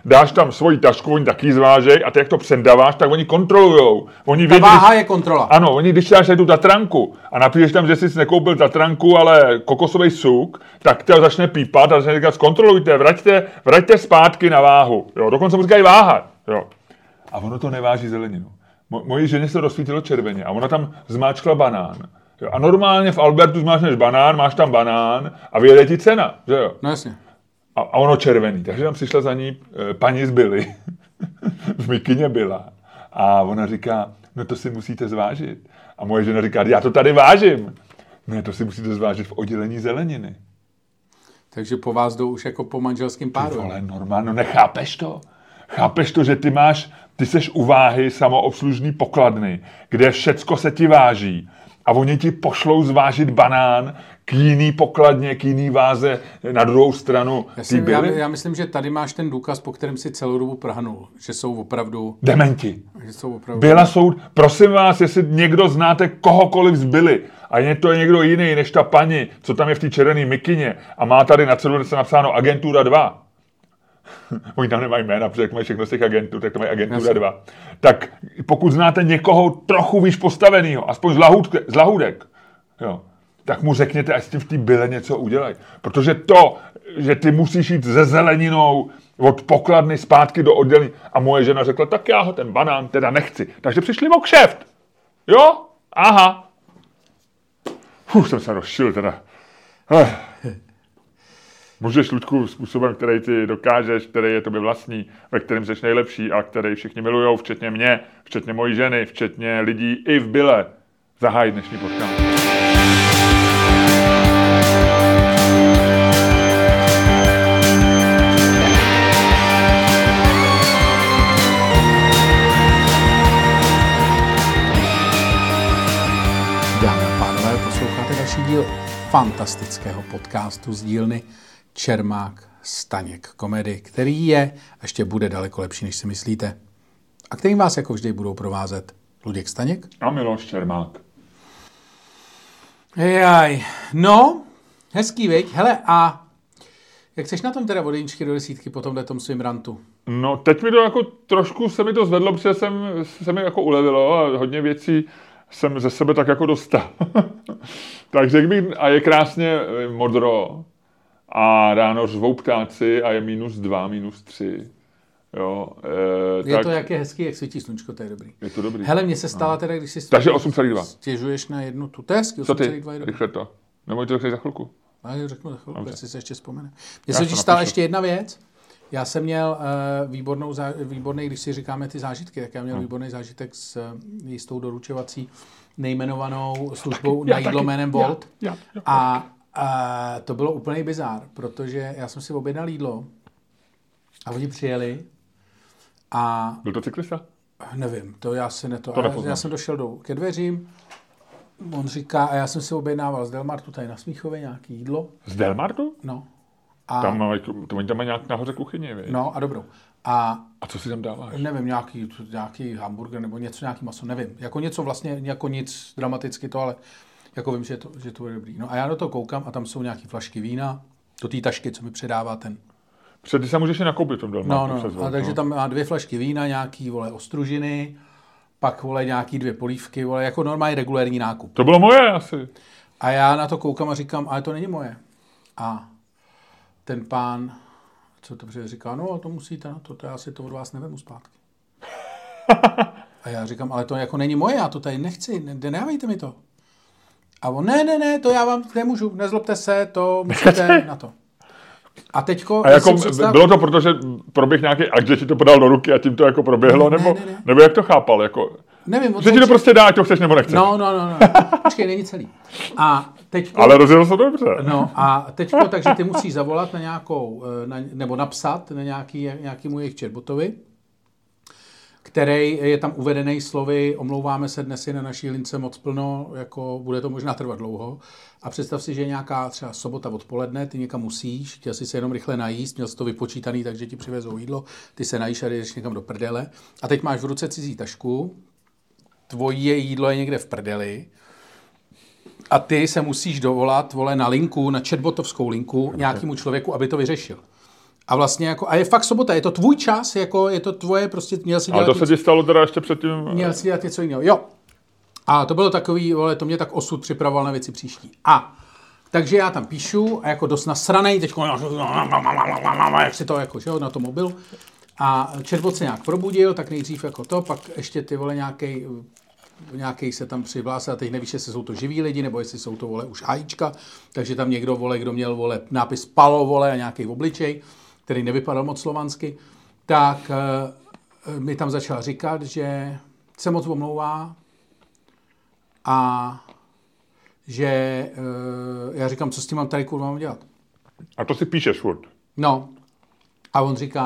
dáš tam svoji tašku, oni taky zvážej a ty jak to předáváš, tak oni kontrolujou. Oni Ta váha je kontrola. Ano, oni když dáš tu tatranku a napíšeš tam, že jsi nekoupil tatranku, ale kokosový suk, tak to začne pípat a začne říkat, zkontrolujte, vraťte zpátky na váhu. Jo, dokonce mu říkají váha. Jo. A ono to neváží zeleninu. Mojí ženě se rozsvítilo červeně a ona tam zmáčkla banán. Jo. A normálně v Albertu zmáčkneš banán, máš tam banán a vyjede ti cena, že jo? No jasně. A ono červený. Takže tam přišla za ní paní z Billy. V mikině byla. A ona říká, no to si musíte zvážit. A moje žena říká, já to tady vážím. Ne, to si musíte zvážit v oddělení zeleniny. Takže po vás jdou už jako po manželském páru. Ale normálně, no nechápeš to? Chápeš to, že ty seš u váhy samoobslužný pokladny, kde všecko se ti váží a oni ti pošlou zvážit banán k jiný pokladně, k jiný váze na druhou stranu. Já myslím, že tady máš ten důkaz, po kterém si celou dobu prahnul, že jsou opravdu... Dementi. Že jsou opravdu... Byla soud, prosím vás, jestli někdo znáte kohokoliv z Billy a je to někdo jiný než ta paní, co tam je v té červené mikině a má tady na celou napsáno Agentura 2. Oni tam nemají jména, protože jak mají všechno z těch agentů, tak to mají Agentura 2. Tak pokud znáte někoho trochu výš postavenýho, aspoň z lahůdek, jo, tak mu řekněte, ať s tím v té byle něco udělají. Protože to, že ty musíš jít se zeleninou od pokladny zpátky do oddělení. A moje žena řekla, tak já ho ten banán teda nechci. Takže přišli o kšeft. Jo? Aha. Jsem se rozšil teda. Můžeš, Luďku, způsobem, který ty dokážeš, který je tobě vlastní, ve kterém jsi nejlepší a který všichni milujou, včetně mě, včetně mojí ženy, včetně lidí i v byle. Zahájí dnešní podcast. Dámy a pánové, posloucháte další díl fantastického podcastu z dílny Čermák Staněk komedy, který je a ještě bude daleko lepší, než si myslíte. A kterým vás jako vždy budou provázet Luděk Staněk a Miloš Čermák. Jaj, no, hezký, viď? Hele, a jak jsi na tom teda od 1 do 10 po tomhletom svým rantu? No, teď mi to jako trošku se mi to zvedlo, protože se mi jako ulevilo a hodně věcí jsem ze sebe tak jako dostal. Takže a je krásně modro a ráno řvou ptáci a je -2, -3. Jo, je tak, to, jak je hezký, jak svítí slunčko, to je dobrý. Je to dobrý. Hele, mně se stala teda, když si takže 8,2. Stěžuješ na jednu tu tesky, 8,2 je dobrý. Rychle to. Nebo to řekneš za chvilku. Já řeknu za chvilku, jestli se ještě vzpomene. Mně se stala ještě jedna věc. Já jsem měl výborný, když si říkáme ty zážitky, tak já měl výborný zážitek s jistou doručovací nejmenovanou službou na jídlo jménem Bolt. A to bylo úplný bizár, protože já jsem si objednal jídlo a oni přijeli a... Byl to cyklista? Nevím, to já si já jsem došel ke dveřím, on říká, a já jsem si objednával z Delmartu tady na Smíchově nějaký jídlo. Z Delmartu? No. Oni tam mají nějak nahoře kuchyni, víš? No a dobrou. A co si tam dáváš? Nevím, nějaký hamburger nebo nějaký maso, nevím. Jako něco vlastně, jako nic dramaticky to, ale jako vím, že to je dobrý. No a já do toho koukám a tam jsou nějaký flašky vína, do té tašky, co mi předává ten. Ty se můžeš i nakoupit v tom Delmartu. No, takže tam má 2 flašky vína, nějaký, ostružiny, pak, nějaký 2 polívky, jako normální regulérní nákup. To bylo moje asi. A já na to koukám a říkám, ale to není moje. A ten pán, co to říká, no to musíte na to já si to od vás nevemu zpátky. A já říkám, ale to jako není moje, já to tady nechci, nedávejte mi to. A on, ne, to já vám nemůžu, nezlobte se, to musíte na to. A teďko... A jako bylo to proto, že proběh nějaký akt, že ti to podal do ruky a tím to jako proběhlo, nebo jak to chápal, jako... Nevím. Že ti to prostě dá, ať to chceš nebo nechceš. No. Počkej, není celý. A teďko... Ale rozjel se dobře. No a teďko, takže ty musíš zavolat na nějakou, nebo napsat na nějakému jejich chatbotovi, který je tam uvedený slovy, omlouváme se, dnes je na naší lince moc plno, jako bude to možná trvat dlouho. A představ si, že je nějaká třeba sobota odpoledne, ty někam musíš, chtěl jsi se jenom rychle najíst, měl jsi to vypočítaný, takže ti přivezou jídlo, ty se najíš a jdeš někam do prdele. A teď máš v ruce cizí tašku, tvoje jídlo je někde v prdeli a ty se musíš dovolat, na linku, na chatbotovskou linku nějakému člověku, aby to vyřešil. A vlastně jako, a je fakt sobota, je to tvůj čas, jako je to tvoje, prostě měl si dělat... Ale to se ti stalo teda ještě předtím... Měl si dělat něco jiného, jo. A to bylo takový, vole, to mě tak osud připravoval na věci příští. A takže já tam píšu a jako dost nasranej, teďko jak si to jako, že jo, na tom mobilu. A chatbot se nějak probudil, tak nejdřív jako to, pak ještě ty vole nějaký se tam přihlásil a teď nevíš, jestli jsou to živí lidi, nebo jestli jsou to vole už AIčka, takže tam někdo vole, kdo měl vole nápis Palo vole a nějaký obličej, který nevypadal moc slovansky, tak mi tam začal říkat, že se moc omlouvá a že já říkám, co s tím mám tady kurva mám dělat. A to si píšeš furt. No. A on říká,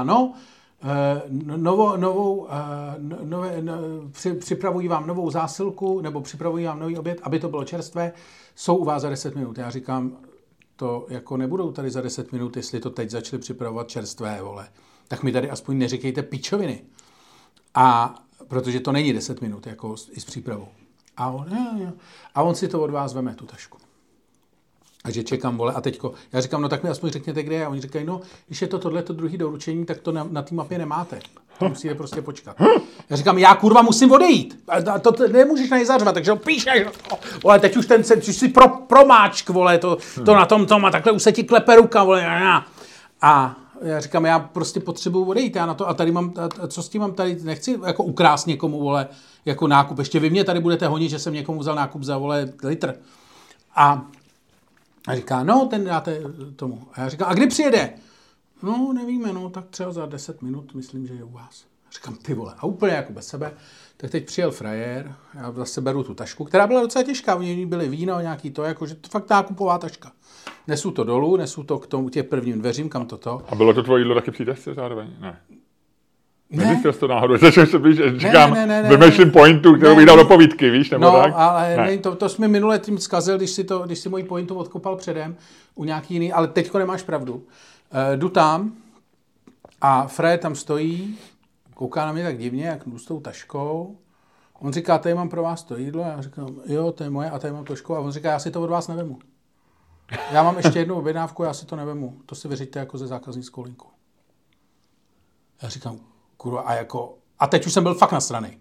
připravují vám novou zásilku, nebo připravují vám nový oběd, aby to bylo čerstvé, jsou u vás za 10 minut. Já říkám, to jako nebudou tady za 10 minut, jestli to teď začali připravovat čerstvé, vole. Tak mi tady aspoň neříkejte pičoviny. A protože to není 10 minut, jako i s přípravou. A on si to od vás veme, tu tašku. A že čekám, vole, a teďko, já říkám, no tak mi aspoň řekněte, kde je. A oni říkají, no, když je to tohleto druhý doručení, tak to na té mapě nemáte. To musíte prostě počkat. Já říkám, já kurva musím odejít. A to nemůžeš na něj zařvat, takže ho píšeš. Vole, teď už ten si promáčk, vole, to na tom a takhle už se ti klepe ruka, vole. A já říkám, já prostě potřebuju odejít, já na to, a tady mám, a co s tím mám tady, nechci jako ukrást někomu, vole, jako nákup. Ještě vy mě tady budete honit, že jsem někomu vzal nákup za, vole, litr. A říká, no, ten dáte tomu. A já říkám, a kdy přijede? No, nevíme, no, tak třeba za 10 minut, myslím, že je u vás. A říkám, ty vole, a úplně jako bez sebe. Tak teď přijel frajer, já zase beru tu tašku, která byla docela těžká, v ní byly víno, nějaký to, jakože to fakt nákupová taška. Nesu to dolů, nesu to k tomu těch prvním dveřím, kam toto. A bylo to tvoje jídlo taky při testy zároveň? Ne. Nezjistil jsi to náhodou, říkám, vymýšlím pointu, kterou bych dal do povídky, víš, nebo tak? No, ale ne, to jsi mi minule tím zkazil, když si moji pointu odkopal předem u nějaký jiný, ale teďko nemáš pravdu. Jdu tam a Fred tam stojí, kouká na mě tak divně, jak jdu s tou taškou. On říká, tady mám pro vás to jídlo, a já říkám, jo, to je moje, a tady mám tašku, a on říká, já si to od vás nevemu. Já mám ještě jednu objednávku, já si to nevemu. To si vyřiďte jako ze zákaznickou linku. Já říkám, kurva, a teď už jsem byl fakt nasranej.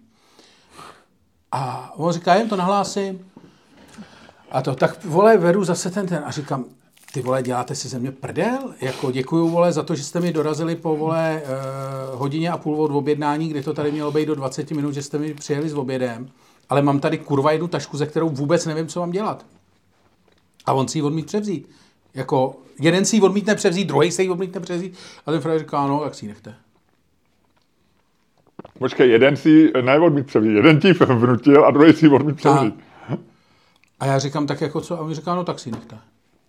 A on říká, jen to nahlásím. A to, tak vole, vedu zase ten a říkám, ty vole, děláte si ze mě prdel? Jako děkuju, vole, za to, že jste mi dorazili po, vole, hodině a půl od objednání, kdy to tady mělo být do 20 minut, že jste mi přijeli s obědem, ale mám tady kurva jednu tašku, ze kterou vůbec nevím, co mám dělat. A on si ji odmít převzít. Jako, jeden si ji odmítne převzít, druhý si ji odmítne převzít, a ten frajer říká, no, tak si ji nechte. Počkej, jeden si neodmít převzít, jeden ti vnutil a druhý si odmít převzít. A já říkám, tak jako co? A on říká, no, tak si ji nechte.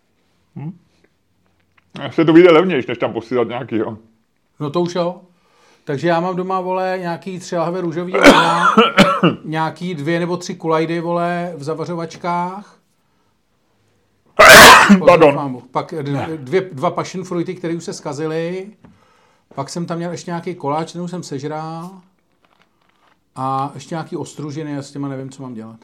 Se to vyjde levnější, než tam posílat nějaký, jo. No to už jo. Takže já mám doma, vole, nějaký 3 lahve růžový vína, nějaký 2 nebo 3 kulajdy, vole, v zavařovačkách. Pardon. Pak 2 passion fruity, které už se zkazily. Pak jsem tam měl ještě nějaký koláč, ten už jsem sežral. A ještě nějaký ostružiny, já s těma nevím, co mám dělat.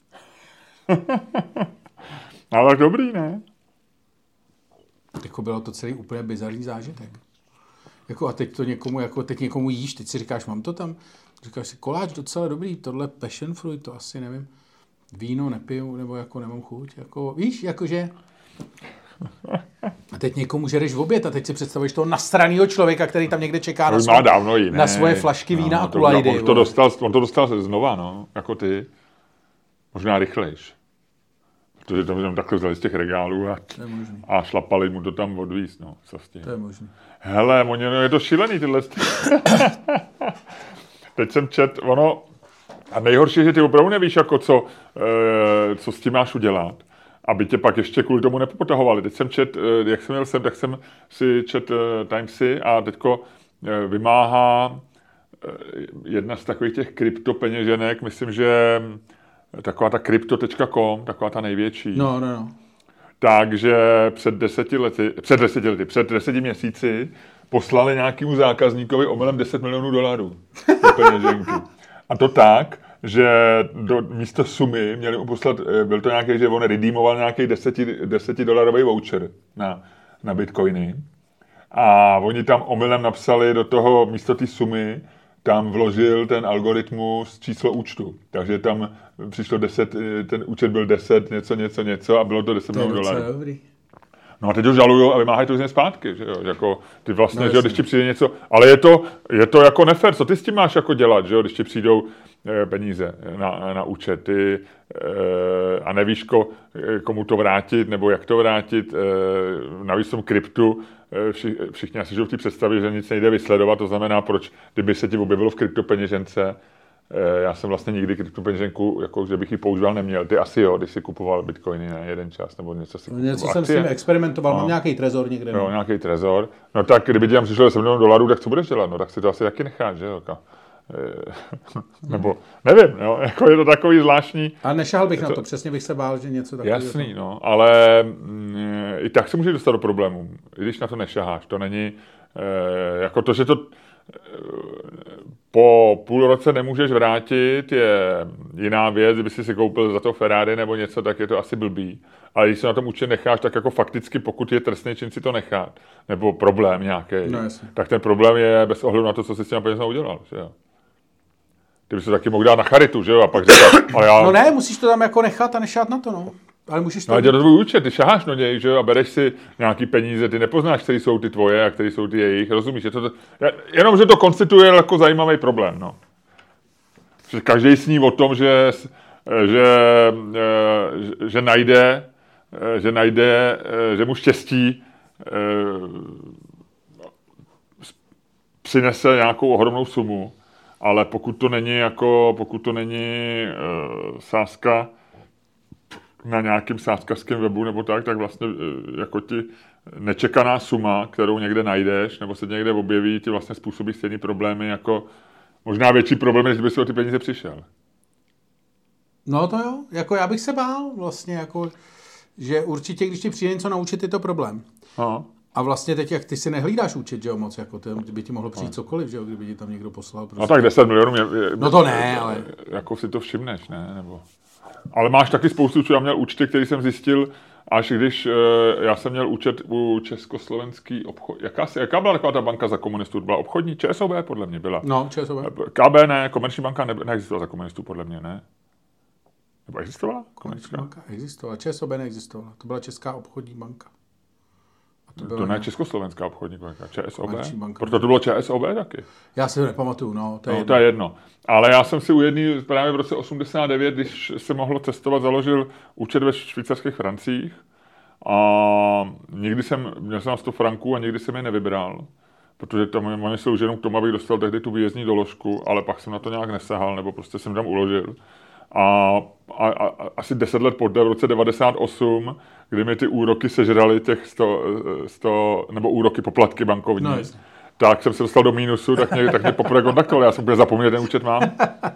Ale tak dobrý, ne? Jako bylo to celý úplně bizarní zážitek. Jako a teď to někomu, jako teď někomu jíš, teď si říkáš, mám to tam. Říkáš si, koláč docela dobrý, tohle passion fruit, to asi nevím. Víno nepiju, nebo jako nemám chuť. Jako, víš, jakože... A teď někomu žereš v oběd a teď si představuješ toho nasranýho člověka, který tam někde čeká na svoje flašky vína a kulajdy. On to dostal znova, no, jako ty. Možná rychlejš. Protože to tam takhle vzali z těch regálů a šlapali mu to tam odvízt, no. Co s tím? To je možný. Hele, je to šílený tyhle. Teď jsem čet, ono, a nejhorší, že ty opravdu nevíš, jako co s tím máš udělat, aby tě pak ještě kvůli tomu nepopotahovali. Teď jsem čet, jak jsem měl sem, tak jsem si čet Timesy a teďko vymáhá jedna z takových těch kryptopeněženek, myslím, že taková ta crypto.com, taková ta největší. No. Takže před 10 měsíci poslali nějakému zákazníkovi omylem $10 milionů peněženky. A to tak, že místo sumy měli mu poslat, byl to nějaký, že on redeemoval nějaký $10 voucher na bitcoiny. a oni tam omylem napsali do toho místo té sumy, tam vložil ten algoritmus číslo účtu. Takže tam přišlo 10, ten účet byl 10, něco a bylo to 10 milionů dolarů. No a teď ho žalujou a vymáhají to z ně zpátky, že jo, jako ty vlastně, no, že jo, když ti přijde něco, ale je to jako nefér, co ty s tím máš jako dělat, že jo, když ti přijdou peníze na účet, ty a nevíš, komu to vrátit, nebo jak to vrátit, navíc v tom kryptu, všichni asi žijou v té představě, že nic nejde vysledovat, to znamená, proč, kdyby se ti objevilo v kryptopeněžence, já jsem vlastně nikdy kryptopeněženku, jako že bych ji používal, neměl. Ty asi jo, když si kupoval bitcoiny na jeden čas, nebo něco si kupoval. Něco jsem s tím experimentoval, mám nějaký trezor někde. Jo, nějaký trezor. No tak, kdyby ti tam přišlo 7 milionů dolarů, tak co budeš dělat? No tak si to asi taky necháš, že jo? Nebo, nevím, jo, jako je to takový zvláštní. A nešahal bych na to, přesně bych se bál, že něco takového. Jasný, no, ale i tak se může dostat do problémů, i když na to nešaháš. To není, jako to, že to po půl roce nemůžeš vrátit, je jiná věc, kdyby si koupil za to Ferrari nebo něco, tak je to asi blbý. Ale když se na tom účet necháš, tak jako fakticky, pokud je trestný čin si to nechat, nebo problém nějaký, no, tak ten problém je bez ohledu na to, co jsi s těma penězma udělal. Že jo? Ty bys to taky mohl dát na charitu, že jo? A pak říkat, ale já... No ne, musíš to tam jako nechat a nešát na to, no. Ale můžeš to... No, ale to tvůj účet, ty šaháš na něj, že jo, a bereš si nějaký peníze, ty nepoznáš, který jsou ty tvoje a který jsou ty jejich, rozumíš? Jenom, že to konstituje jako zajímavý problém, no. Že každý sní o tom, že najde, že mu štěstí přinese nějakou ohromnou sumu, ale pokud to není sázka na nějakým sázkařském webu nebo tak vlastně jako ti nečekaná suma, kterou někde najdeš, nebo se někde objeví, ti vlastně způsobí stejný problémy, jako možná větší problémy, než by si o ty peníze přišel. No to jo, jako já bych se bál vlastně, jako, že určitě, když ti přijde něco naučit, je to problém. Aha. A vlastně teď, jak ty si nehlídáš účet, že jo, moc, jako by ti mohlo přijít cokoliv, že jo, kdyby ti tam někdo poslal. Prostě. No tak 10 milionů no to ne, ale... Jako si to všimneš, ne? Nebo... Ale máš taky spoustu, co já měl účty, který jsem zjistil, až když já jsem měl účet u Československý obchod. Jaká byla taková ta banka za komunistů? Byla obchodní? ČSOB podle mě byla. No, ČSOB. KB ne, komerční banka neexistovala za komunistů podle mě, ne? Nebo existovala? Komerční banka existovala, ČSOB neexistovala. To byla Česká obchodní banka. To ne Československá obchodní banka, ČSOB. Proto to bylo ČSOB taky. Já si to nepamatuju, no. To je jedno. Ale já jsem si u jedný právě v roce 89, když se mohlo cestovat, založil účet ve švýcarských francích a měl jsem 100 franků a nikdy jsem je nevybral, protože tam oni slouží jenom k tomu, abych dostal tehdy tu výjezdní doložku, ale pak jsem na to nějak nesahal, nebo prostě jsem tam uložil. A asi 10 let poté, v roce 98, kdy mi ty úroky sežrali těch 100 nebo úroky poplatky bankovní, no, tak jsem se dostal do mínusu, tak mě poprvé kontaktoval. Já jsem úplně zapomněl, ten účet mám.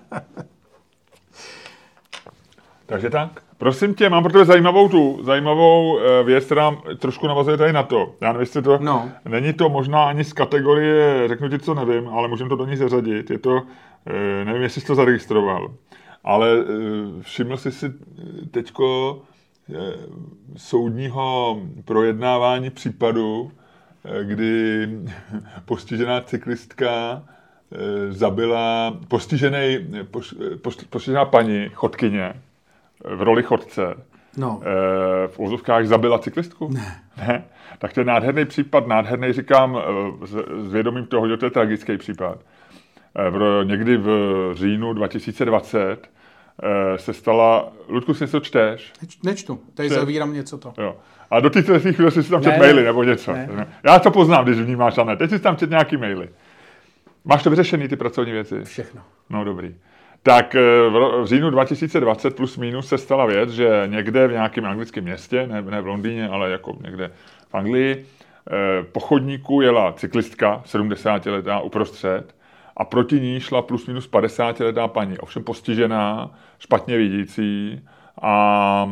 Takže tak. Prosím tě, mám pro tebe zajímavou věc, která trošku navazuje tady na to. Já nevím, jestli to... No. Není to možná ani z kategorie, řeknu ti, co nevím, ale můžeme to do ní zařadit. Je to, nevím, jestli jsi to zaregistroval. Ale všiml jsi si teďko soudního projednávání případu, kdy postižená cyklistka zabila postižená paní, chodkyně, v roli chodce, v uvozovkách zabila cyklistku? Ne. Tak to je nádherný případ, říkám s vědomím toho, že to je tragický případ. Někdy v říjnu 2020 se stala... Ludku, si to čteš? Nečtu, tady zavírám něco to. Jo. A do té chvíle si tam čet maily nebo něco. Ne. Já to poznám, když vnímáš, a ne. Teď si tam čet nějaký maily. Máš to vyřešený, ty pracovní věci? Všechno. No dobrý. Tak v říjnu 2020 plus minus se stala věc, že někde v nějakém anglickém městě, ne v Londýně, ale jako někde v Anglii, po chodníku jela cyklistka, 70letá, uprostřed, a proti ní šla plus minus 50letá paní, ovšem postižená, špatně vidící a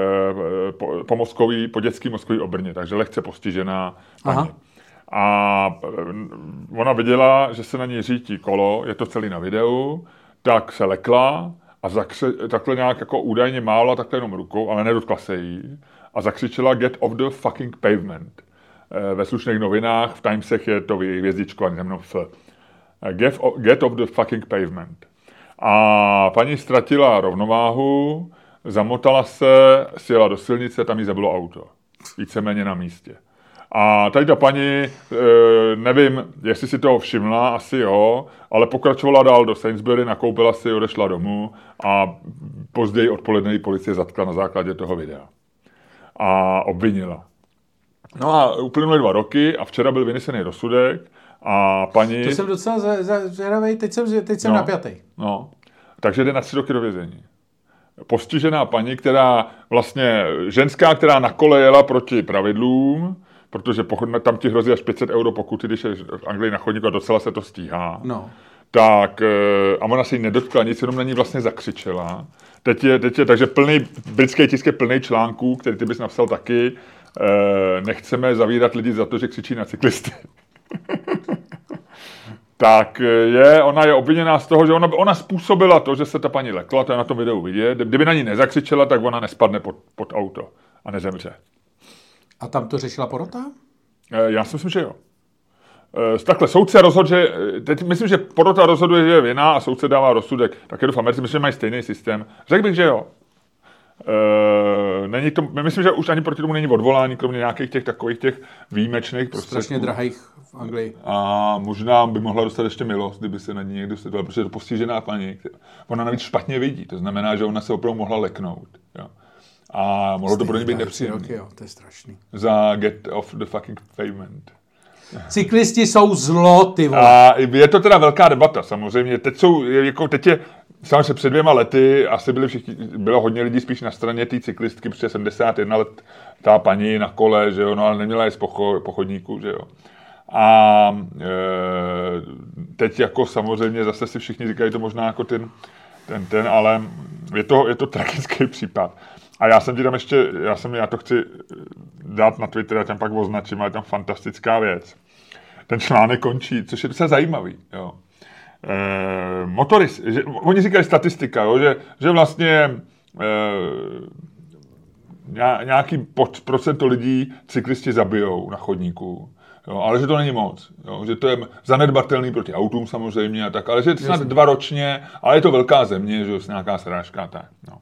po dětský mozkový obrně, takže lehce postižená paní. Aha. A ona viděla, že se na ní řítí kolo, je to celý na videu, tak se lekla a takhle nějak jako údajně mála takhle jenom rukou, ale nedotkla se jí a zakřičela get off the fucking pavement. ve slušných novinách, v Timesech je to hvězdičkovaný, znamená F. Get off the fucking pavement. A paní ztratila rovnováhu, zamotala se, sjela do silnice, tam jí zabilo auto. Víceméně na místě. A tady ta paní, nevím, jestli si toho všimla, asi jo, ale pokračovala dál do Sainsbury, nakoupila si, odešla domů a později odpoledne ji policie zatkla na základě toho videa. A obvinila. No a uplynuly 2 roky a včera byl vynesený rozsudek a paní... To jsem docela zvědavej, teď jsem napjatý. No, takže jde na 3 roky do vězení. Postižená paní, která vlastně, ženská, která na kole jela proti pravidlům, protože tam ti hrozí až 500 € pokuty, když je v Anglii na chodníku a docela se to stíhá. No. Tak, a ona se jí nedotkla nic, jenom na ní vlastně zakřičela. Teď je takže britský tisk je plný článků, který ty bys napsal taky. Nechceme zavírat lidi za to, že křičí na cyklisty. Tak ona je obviněná z toho, že ona způsobila to, že se ta paní lekla, to je na tom videu vidět. Kdyby na ní nezakřičela, tak ona nespadne pod auto a nezemře. A tam to řešila porota? Já si myslím, že jo. Takhle, soudce rozhodl, že teď myslím, že porota rozhoduje, že je vina a soudce dává rozsudek. Tak je to v Americe, myslím, že mají stejný systém. Řekl bych, že jo. Není to, myslím, že už ani proti tomu není odvolání, kromě nějakých těch takových těch výjimečných prostředků. Strašně drahých v Anglii. A možná by mohla dostat ještě milost, kdyby se na ní někdo sedoval, protože je to postižená paní. Ona navíc špatně vidí, to znamená, že ona se opravdu mohla leknout. Jo. A mohlo to pro ně být nepříjemné. To je strašný. Za get off the fucking pavement. Cyklisti jsou zlo, ty vole. A je to teda velká debata, samozřejmě. Teď je samozřejmě před 2 lety asi bylo hodně lidí spíš na straně té cyklistky, protože 71 let ta paní na kole, že jo, no ale neměla jít po chodníku, že jo. A teď jako samozřejmě zase si všichni říkají to možná jako ten, ale je to tragický případ. A já jsem ti tam ještě, já to chci dát na Twitter, já tam pak označím, ale je tam fantastická věc. Ten článek končí, což je docela zajímavý, jo. Oni říkají statistika, jo, že vlastně nějaký procento lidí cyklisti zabijou na chodníku, jo, ale že to není moc, jo, že to je zanedbatelný proti autům samozřejmě a tak, ale že je to snad 2 ročně, ale je to velká země, že jo, nějaká srážka a tak, no.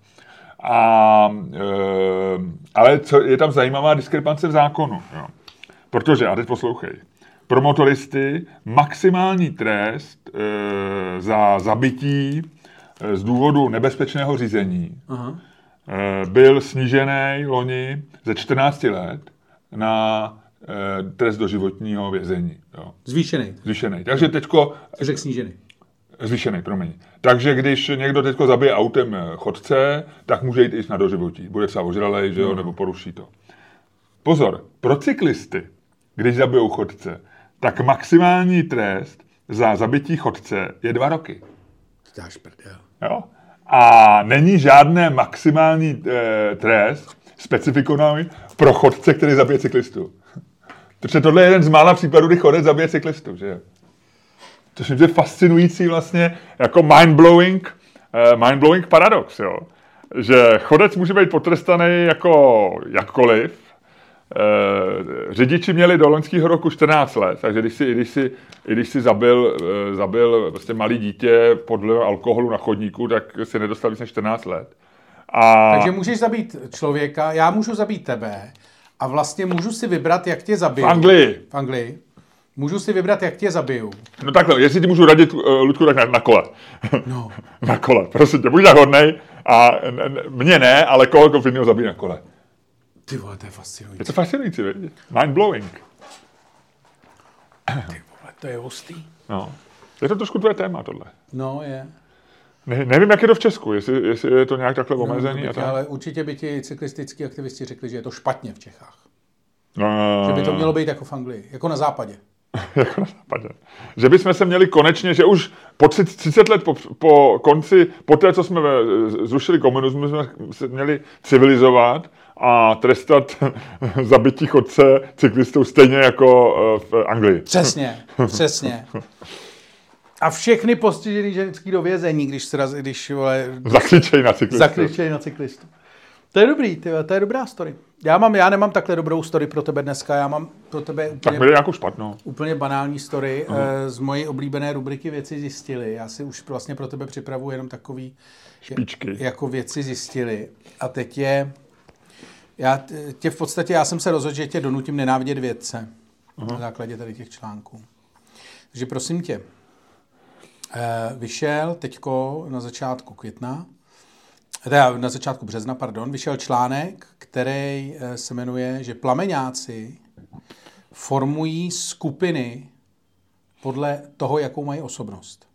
Ale je tam zajímavá diskrepance v zákonu, jo. Protože, a teď poslouchej, pro motoristy maximální trest za zabití z důvodu nebezpečného řízení byl snížený loni ze 14 let na trest doživotního vězení. Jo. Zvýšený. Takže teďko... Řekl snížený. Zvýšený, promiň. Takže když někdo teďko zabije autem chodce, tak může jít i na doživotí. Bude třeba ožralej, že jo, nebo poruší to. Pozor, pro cyklisty, když zabijou chodce, tak maximální trest za zabití chodce je 2 roky. Dáš prdel. Jo? A není žádné maximální trest specifikovaný pro chodce, který zabije cyklistu. Protože tohle je jeden z mála případů, kdy chodec zabije cyklistu, že jo? Což je fascinující vlastně jako mind-blowing paradox, jo? Že chodec může být potrestaný jako jakkoliv. Řidiči měli do loňského roku 14 let, takže když si zabil vlastně malý dítě pod vlivem alkoholu na chodníku, tak si nedostal víc než 14 let. Takže můžeš zabít člověka, já můžu zabít tebe a vlastně můžu si vybrat, jak tě zabiju. V Anglii. Můžu si vybrat, jak tě zabiju. No takhle, jestli ti můžu radit, Ludku, tak na kole. No. Na kole, prosím tě, buď tak hodnej a mě ne, ale kohokoliv jiného zabij na kole. Ty vole, to je fascinující. Je to fascinující, vidíš? Mind-blowing. Ty vole, to je hustý. No. Je to trošku tvoje téma, tohle. No, je. Nevím, jak je to v Česku, jestli je to nějak takhle omezený. Ale určitě by ti cyklistickí aktivisti řekli, že je to špatně v Čechách. Že by to mělo být jako v Anglii, jako na západě. Jako na západě. Že bychom se měli konečně, že už po 30 let po konci, po té, co jsme zrušili komunismus, jsme se měli civilizovat a trestat zabití chodce cyklistů stejně jako v Anglii. Přesně. A všechny postižený ženský do vězení, když vole... Zakřičej na cyklistu. To je dobrý, to je dobrá story. Já nemám takhle dobrou story pro tebe dneska, já mám pro tebe Tak měli nějakou špatnou. Úplně banální story z mojí oblíbené rubriky Věci zjistili. Já si už vlastně pro tebe připravuji jenom takový špičky. Jako Věci zjistili. A teď já jsem se rozhodl, že tě donutím nenávidět vědce na základě tady těch článků. Takže prosím tě, vyšel teďko na začátku května, na začátku března, vyšel článek, který se jmenuje, že plameňáci formují skupiny podle toho, jakou mají osobnost.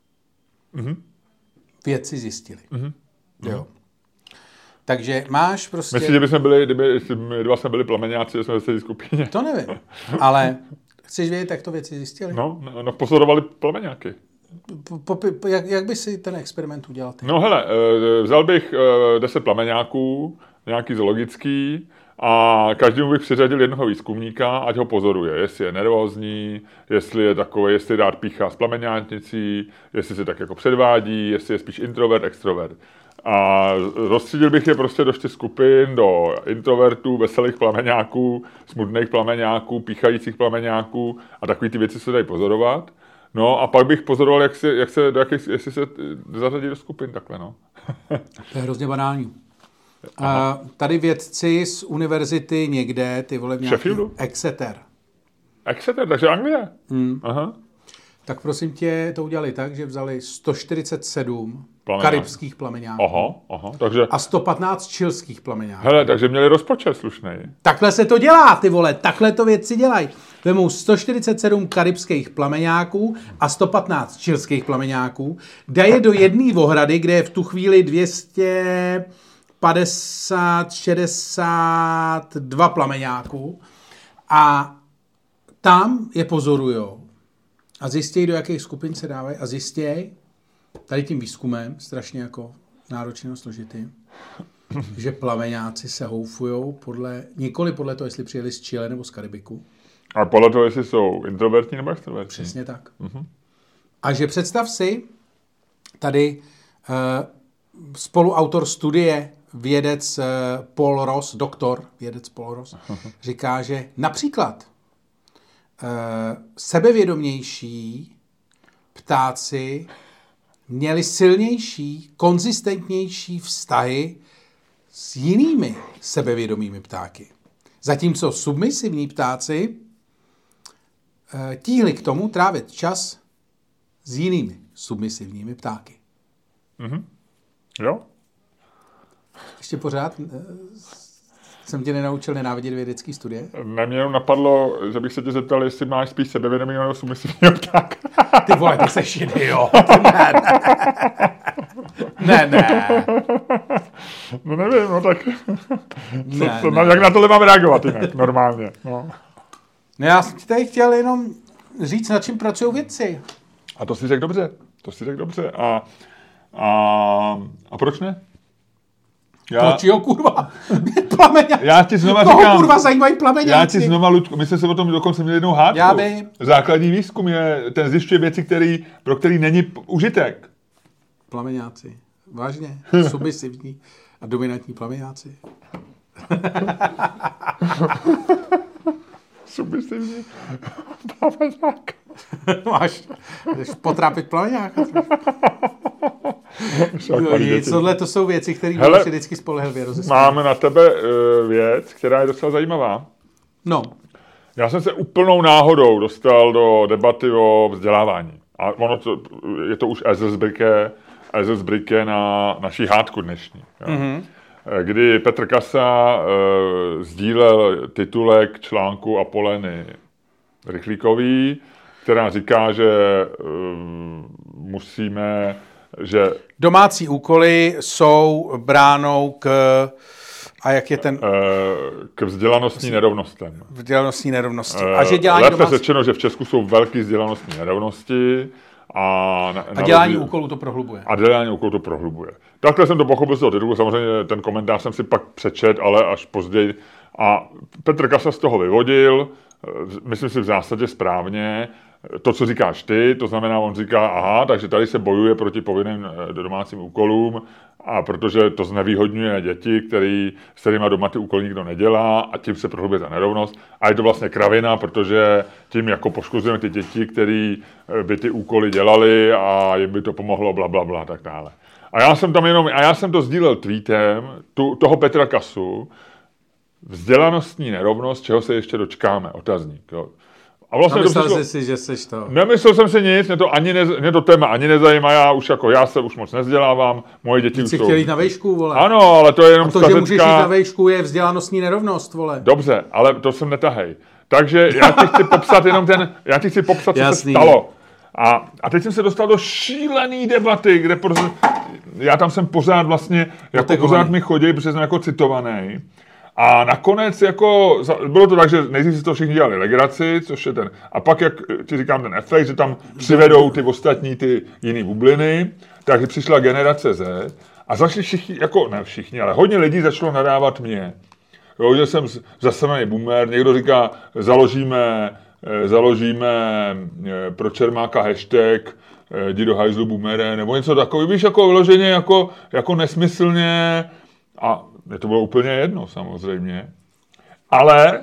Vědci zjistili. Jo. Takže máš prostě... Myslím, že bychom byli, kdyby my dva jsme byli plameňáci, že jsme ve stejné skupině. To nevím, ale chceš vědět, jak to věci zjistili? No, pozorovali plameňáky. Jak by si ten experiment udělal ty? No hele, vzal bych 10 plameňáků, nějaký zoologický, a každému bych přiřadil jednoho výzkumníka, ať ho pozoruje, jestli je nervózní, jestli je takový, jestli rád píchá s plameňátnicí, jestli se tak jako předvádí, jestli je spíš introvert, extrovert. A rozstřídil bych je prostě do 4 skupin, do introvertů, veselých plameňáků, smutných plameňáků, píchajících plameňáků a takový ty věci se dají pozorovat. No a pak bych pozoroval, jestli se zařadí do skupin takhle, no. To je hrozně banální. Tady vědci z univerzity někde, ty vole, nějaký Exeter, takže Anglie. Aha. Tak prosím tě, to udělali tak, že vzali 147 karibských plameňáků. Aha, takže... a 115 chilských plameňáků. Hele, takže měli rozpočet slušnej. Takhle se to dělá, ty vole, takhle to vědci dělají. Vemou 147 karibských plameňáků a 115 chilských plameňáků, dají je do jedné ohrady, kde je v tu chvíli 262 plameňáků a tam je pozorujou a zjistějí, do jakých skupin se dávají a zjistějí tady tím výzkumem, strašně jako náročně složitý, že plameňáci se houfujou nikoli podle toho, jestli přijeli z Chile nebo z Karibiku. A podle toho, jestli jsou introvertní nebo extrovertní. Přesně tak. A že představ si, tady spoluautor studie, vědec Paul Ross, vědec Paul Ross, říká, že například sebevědomější ptáci měli silnější, konzistentnější vztahy s jinými sebevědomými ptáky. Zatímco submisivní ptáci tíhli k tomu trávit čas s jinými submisivními ptáky. Jo? Ještě pořád jsem tě nenaučil nenávidět vědecký studie? Mě jenom napadlo, že bych se tě zeptal, jestli máš spíš sebevědomí nebo submisivního ptáka. Ty vole, ty seš idiot. Ne. No nevím, no tak... Jak na tohle mám reagovat jinak, normálně. No. Já jsem ti tady chtěl jenom říct, nad čím pracují vědci. A to si řekl dobře. A proč ne? Proč jo, kurva? Plameňáci. Já ti znova Koho říkám... kurva zajímají plameňáci? Já ti znova, Ludku, my jsme se o tom dokonce měli jednou hádku. Já vím. Základní výzkum je, ten zjišťuje věci, pro který není užitek. Plameňáci. Vážně. Submisivní a dominantní plameňáci. Submisivní plameňák. Máš potrápit plameňáka. Tohle to jsou věci, které budou si vždycky spolehlivě rozesmět. Máme na tebe věc, která je docela zajímavá. No. Já jsem se úplnou náhodou dostal do debaty o vzdělávání. A je to už Eselsbrücke na naší hádku dnešní. Kdy Petr Kasa sdílel titulek článku Apoleny Rychlíkový, která říká, že že domácí úkoly jsou bránou k vzdělanostní nerovnostem. A že dělání lépe řečeno, že v Česku jsou velké vzdělanostní nerovnosti a dělání úkolů to prohlubuje. Takhle jsem to pochopil z toho titulu, samozřejmě ten komentář jsem si pak přečet, ale až později. A Petr Kasa z toho vyvodil, myslím si v zásadě správně, to, co říkáš ty, to znamená, on říká, aha, takže tady se bojuje proti povinným domácím úkolům, a protože to znevýhodňuje děti, s kterýma doma ty úkoly nikdo nedělá a tím se prohlubuje ta nerovnost. A je to vlastně kravina, protože tím jako poškozujeme ty děti, který by ty úkoly dělali a jim by to pomohlo, blablabla, tak dále. A já jsem to sdílel tweetem toho Petra Kasu, vzdělanostní nerovnost, čeho se ještě dočkáme, otazník. Jo. A vlastně myslel jsi si, že seš to? Nemyslel jsem si nic, mě to téma ani nezajímá, já se už moc nevzdělávám, moje děti už jsou... chtěl jít na vejšku, vole. Ano, ale to je jenom že můžeš jít na vejšku, je vzdělanostní nerovnost, vole. Dobře, ale to jsem netahej. Takže já ti chci popsat, co se stalo. A teď jsem se dostal do šílený debaty, kde já tam jsem pořád vlastně, jako pořád mi chodí, protože jsem jako citovaný. A nakonec jako, bylo to tak, že nejdřív si to všichni dělali legraci, což je ten, a pak, jak ti říkám, ten efekt, že tam přivedou ty ostatní, ty jiný bubliny, takže přišla generace Z a začali všichni, jako ne všichni, ale hodně lidí začalo nadávat mě. Jo, že jsem zasemený boomer, někdo říká, založíme pro Čermáka hashtag, jdi do hajzlu boomere, nebo něco takového, víš, jako vyloženě, jako nesmyslně, a mě to bylo úplně jedno, samozřejmě. Ale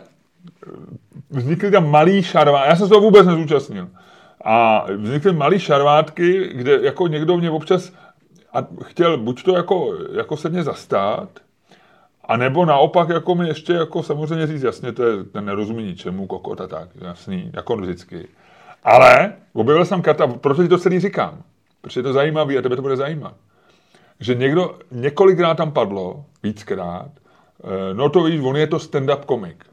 vznikly tam malý šarvátky, já jsem se toho vůbec nezúčastnil. A vznikly malý šarvátky, kde jako někdo mě občas chtěl buď to jako se mě zastát, a nebo naopak jako mi ještě jako samozřejmě říct, jasně, to je ten nerozumí ničemu, kokot a tak, jasný, jako vždycky. Ale objevil jsem karta, protože to celý říkám, protože je to zajímavý a tebe to bude zajímat. Že několikrát tam padlo, víckrát, no to víš, on je to stand-up komik.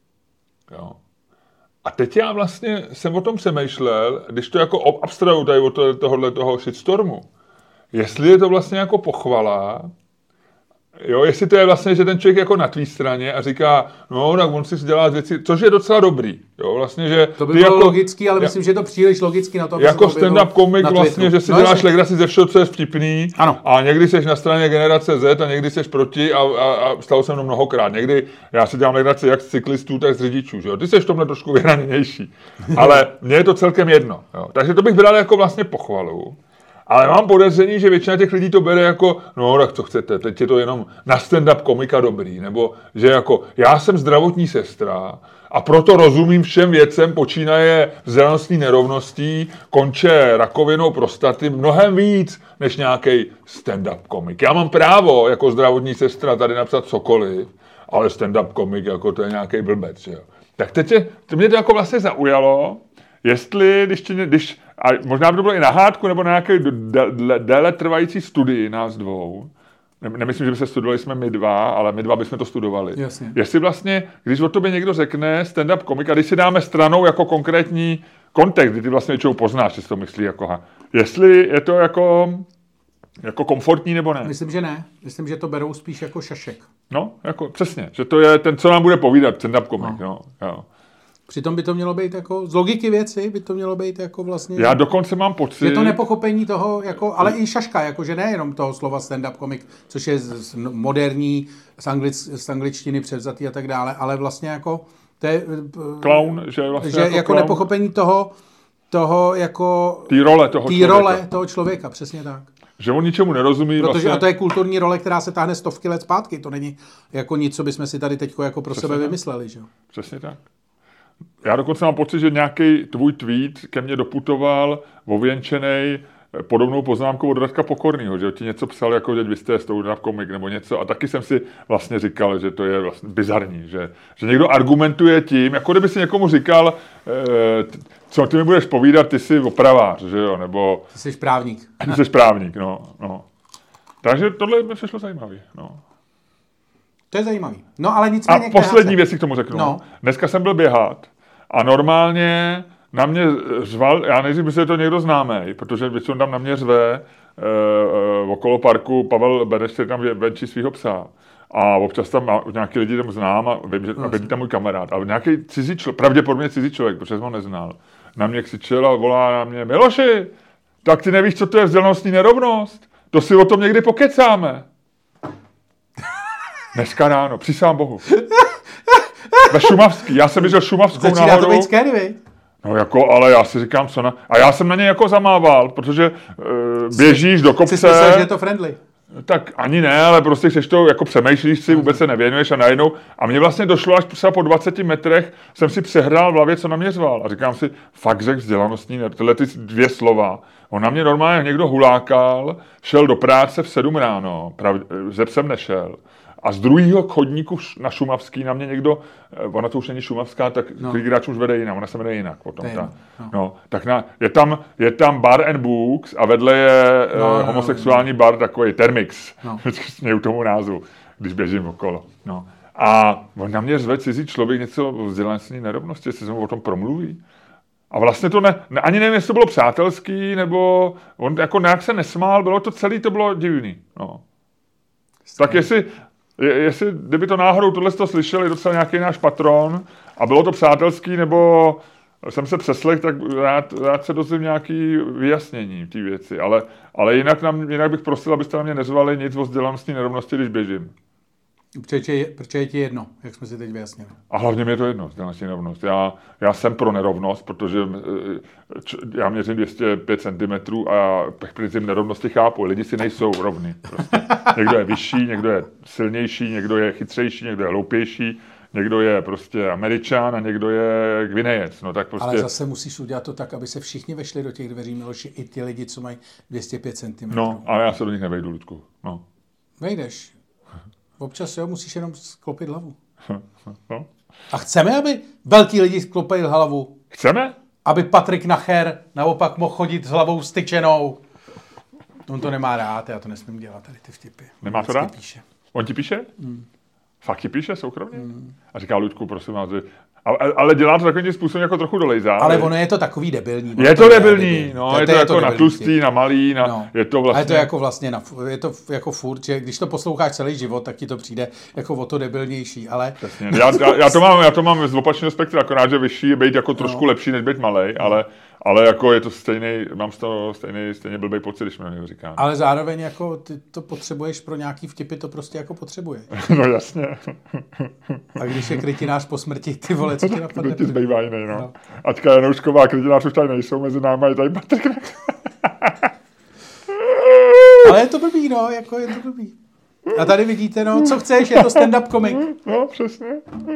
Jo. A teď já vlastně jsem o tom přemýšlel, když to jako abstrahuju tady od toho shitstormu, jestli je to vlastně jako pochvala, jo, jestli to je vlastně, že ten člověk jako na tvý straně a říká, no, tak on si dělá věci, což je docela dobrý, jo, vlastně, že... To by bylo jako, logický, ale myslím, že je to příliš logický na to, jako stand-up komik vlastně, že si děláš legraci ze všeho, co je vtipný, ano. A někdy seš na straně generace Z a někdy seš proti a stalo se mnou mnohokrát. Někdy já si dělám legraci jak z cyklistů, tak z řidičů, že jo. Ty seš v tomhle trošku vyhraněnější, ale mně je to celkem jedno, jo. Takže to bych bral jako vlastně pochvalu. Ale mám podezření, že většina těch lidí to bere jako, no tak co chcete, teď je to jenom na stand-up komika dobrý, nebo že jako já jsem zdravotní sestra a proto rozumím všem věcem, počínaje vzdělanostní nerovností, konče rakovinou prostaty mnohem víc než nějaký stand-up komik. Já mám právo jako zdravotní sestra tady napsat cokoliv, ale stand-up komik jako to je nějaký blbec, že jo. Tak teď mě to jako vlastně zaujalo, jestli, a možná by to bylo i na hádku, nebo na nějaké déle trvající studii nás dvou. Nemyslím, že by se studovali jsme my dva, ale my dva bychom to studovali. Jasně. Jestli vlastně, když o tobě někdo řekne stand-up komik, a když si dáme stranou jako konkrétní kontext, kdy ty vlastně většinou poznáš, jestli to myslí jako jestli je to jako komfortní nebo ne? Myslím, že ne. Myslím, že to berou spíš jako šašek. No, jako přesně, že to je ten, co nám bude povídat, stand-up komik, no. Jo. Přitom by to mělo být jako, z logiky věci by to mělo být jako vlastně... Já dokonce mám pocit... Je to nepochopení toho, jako, ale i šaška, jako, že nejenom toho slova stand-up komik, což je moderní, z angličtiny převzatý a tak dále, ale vlastně jako... To je, klaun, že vlastně že jako klaun. Nepochopení toho jako... Té role toho člověka, přesně tak. Že on ničemu nerozumí. Protože vlastně... a to je kulturní role, která se táhne stovky let zpátky. To není jako nic, co bychom si tady teď jako pro sebe vymysleli. Že? Přesně tak. Já dokonce mám pocit, že nějaký tvůj tweet ke mně doputoval ověnčenej podobnou poznámkou od Radka Pokornýho, že ti něco psal, jako že vy jste stand-up komik nebo něco, a taky jsem si vlastně říkal, že to je vlastně bizarní, že někdo argumentuje tím, jako kdyby si někomu říkal, co ty mi budeš povídat, ty jsi opravář, že jo, nebo... Ty jsi právník. Ty jsi právník, no. Takže tohle mi přišlo zajímavý, no. To je zajímavý. No, ale nicméně... A poslední věc si k tomu řeknu. No. Dneska jsem byl běhat a normálně na mě řval, já nejdřív, že je to někdo známý, protože většinou tam na mě řve okolo parku Pavel Beneš, který tam venčí svýho psa. A občas tam nějaký lidi tam znám a vím, že tam můj kamarád. Ale nějaký cizí člověk, pravděpodobně cizí člověk, protože jsem ho neznal, na mě křičel a volá na mě: Miloši, tak ty nevíš, co to je vzdělanostní nerovnost? To si o tom někdy pokecáme. Dneska ráno, přísahám Bohu. Ve Šumavský, já jsem běžel Šumavskou nahoru. Začíná to být scary, viď? No jako, ale já si říkám, co na... A já jsem na něj jako zamával, protože běžíš do kopce... Jsi myslel, že je to friendly? Tak ani ne, ale prostě chceš to, jako přemýšlíš si, vůbec se nevěnuješ a najednou. A mně vlastně došlo až po 20 metrech, jsem si přehrál v hlavě, co na mě řval. A říkám si, fakt řekl vzdělanostní, tyhle ty 2 slova. On na mě normálně někdo hulákal, šel do práce v 7 ráno, ze psem nešel. A z druhého chodníku na Šumavský na mě někdo, ona to už není Šumavská, tak Klígrač už vede jinak, ona se jmenuje jinak potom. Tak je tam bar and books a vedle je homosexuální bar, takový Termix. Směju tomu názvu, když běžím okolo. No. A on na mě řve cizí člověk něco o vzdělanostní nerovnosti, jestli se mu o tom promluví. A vlastně to ani nevím, jestli to bylo přátelský, nebo on jako nějak se nesmál, bylo to celý, to bylo divný. No. Tak jestli, kdyby to náhodou tohle slyšeli docela nějaký náš patron a bylo to přátelský, nebo jsem se přeslech, tak rád se dozvím nějaký vyjasnění té věci. Ale jinak bych prosil, abyste na mě nezvali nic o vzdělanostní nerovnosti, když běžím. Protože je ti jedno, jak jsme si teď vyjasnili. A hlavně mi je to jedno, vzdělanostní nerovnost. Já jsem pro nerovnost, protože já měřím 205 cm a princip nerovnosti chápu. Lidi si nejsou rovní. Prostě. Někdo je vyšší, někdo je silnější, někdo je chytřejší, někdo je hloupější, někdo je prostě Američan a někdo je Gvinejec. No, tak prostě... Ale zase musíš udělat to tak, aby se všichni vešli do těch dveří, Miloši, i ty lidi, co mají 205 cm. No, ale já se do nich nevejdu, Ludku. No. Vejdeš. Občas musíš jenom sklopit hlavu. No. A chceme, aby velký lidi sklopili hlavu? Chceme? Aby Patrik Nacher naopak mohl chodit s hlavou styčenou. On to nemá rád, já to nesmím dělat, tady ty vtipy. Nemá to rád? Píše. On ti píše? Fakt ti píše soukromně? A říká, Luďku, prosím vás, ale dělá to takovým způsobem jako trochu dolejzá. Ale ono je to takový debilní. Je to debilní, no, je to jako na tlustý, na malý, je to vlastně... A je to jako vlastně, je to jako furt, že když to posloucháš celý život, tak ti to přijde jako o to debilnější, ale... Přesně. Já to mám z opačného spektra, akorát, že vyšší je být jako trošku lepší, než být malej, ale jako je to stejný, mám z toho stejně blbej pocit, když mi někdo říká. Ale zároveň jako ty to potřebuješ pro nějaký vtipy, to prostě jako potřebuješ. No jasně. A když je krytinář po smrti, ty vole, co ti napadne? To ti zbývá jiný, no. Aťka Janoušková a krytinář už tady nejsou, mezi námi je tady Patrik. Ale je to blbý, no, jako je to blbý. A tady vidíte, no, co chceš, je to stand-up komik. No, přesně.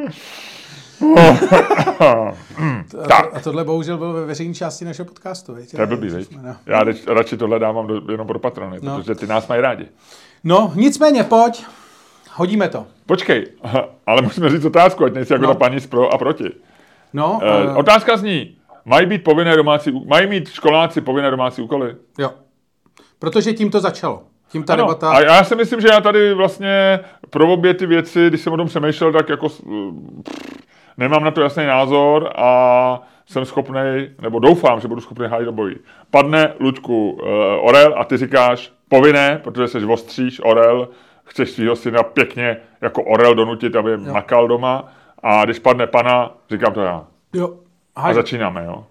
A tohle bohužel bylo ve veřejné části našeho podcastu. Veď? To je blbý, veď? Já radši tohle dávám jenom pro patrony, protože ty nás mají rádi. No, nicméně, pojď. Hodíme to. Počkej, ale musíme říct otázku, ať nejsi jako ta paní pro a proti. No, otázka zní, mají mít školáci povinné domácí úkoly? Jo. Protože tím to začalo. Tím ta debata... A já si myslím, že já tady vlastně pro obě ty věci, když jsem o tom přemýšlel, tak jako nemám na to jasný názor a jsem schopnej, nebo doufám, že budu schopný hájit obojí. Padne, Luďku, orel a ty říkáš povinné, protože jsi ostříš orel, chceš svýho syna pěkně jako orel donutit, aby makal doma a když padne pana, říkám to já. Jo. A začínáme, jo.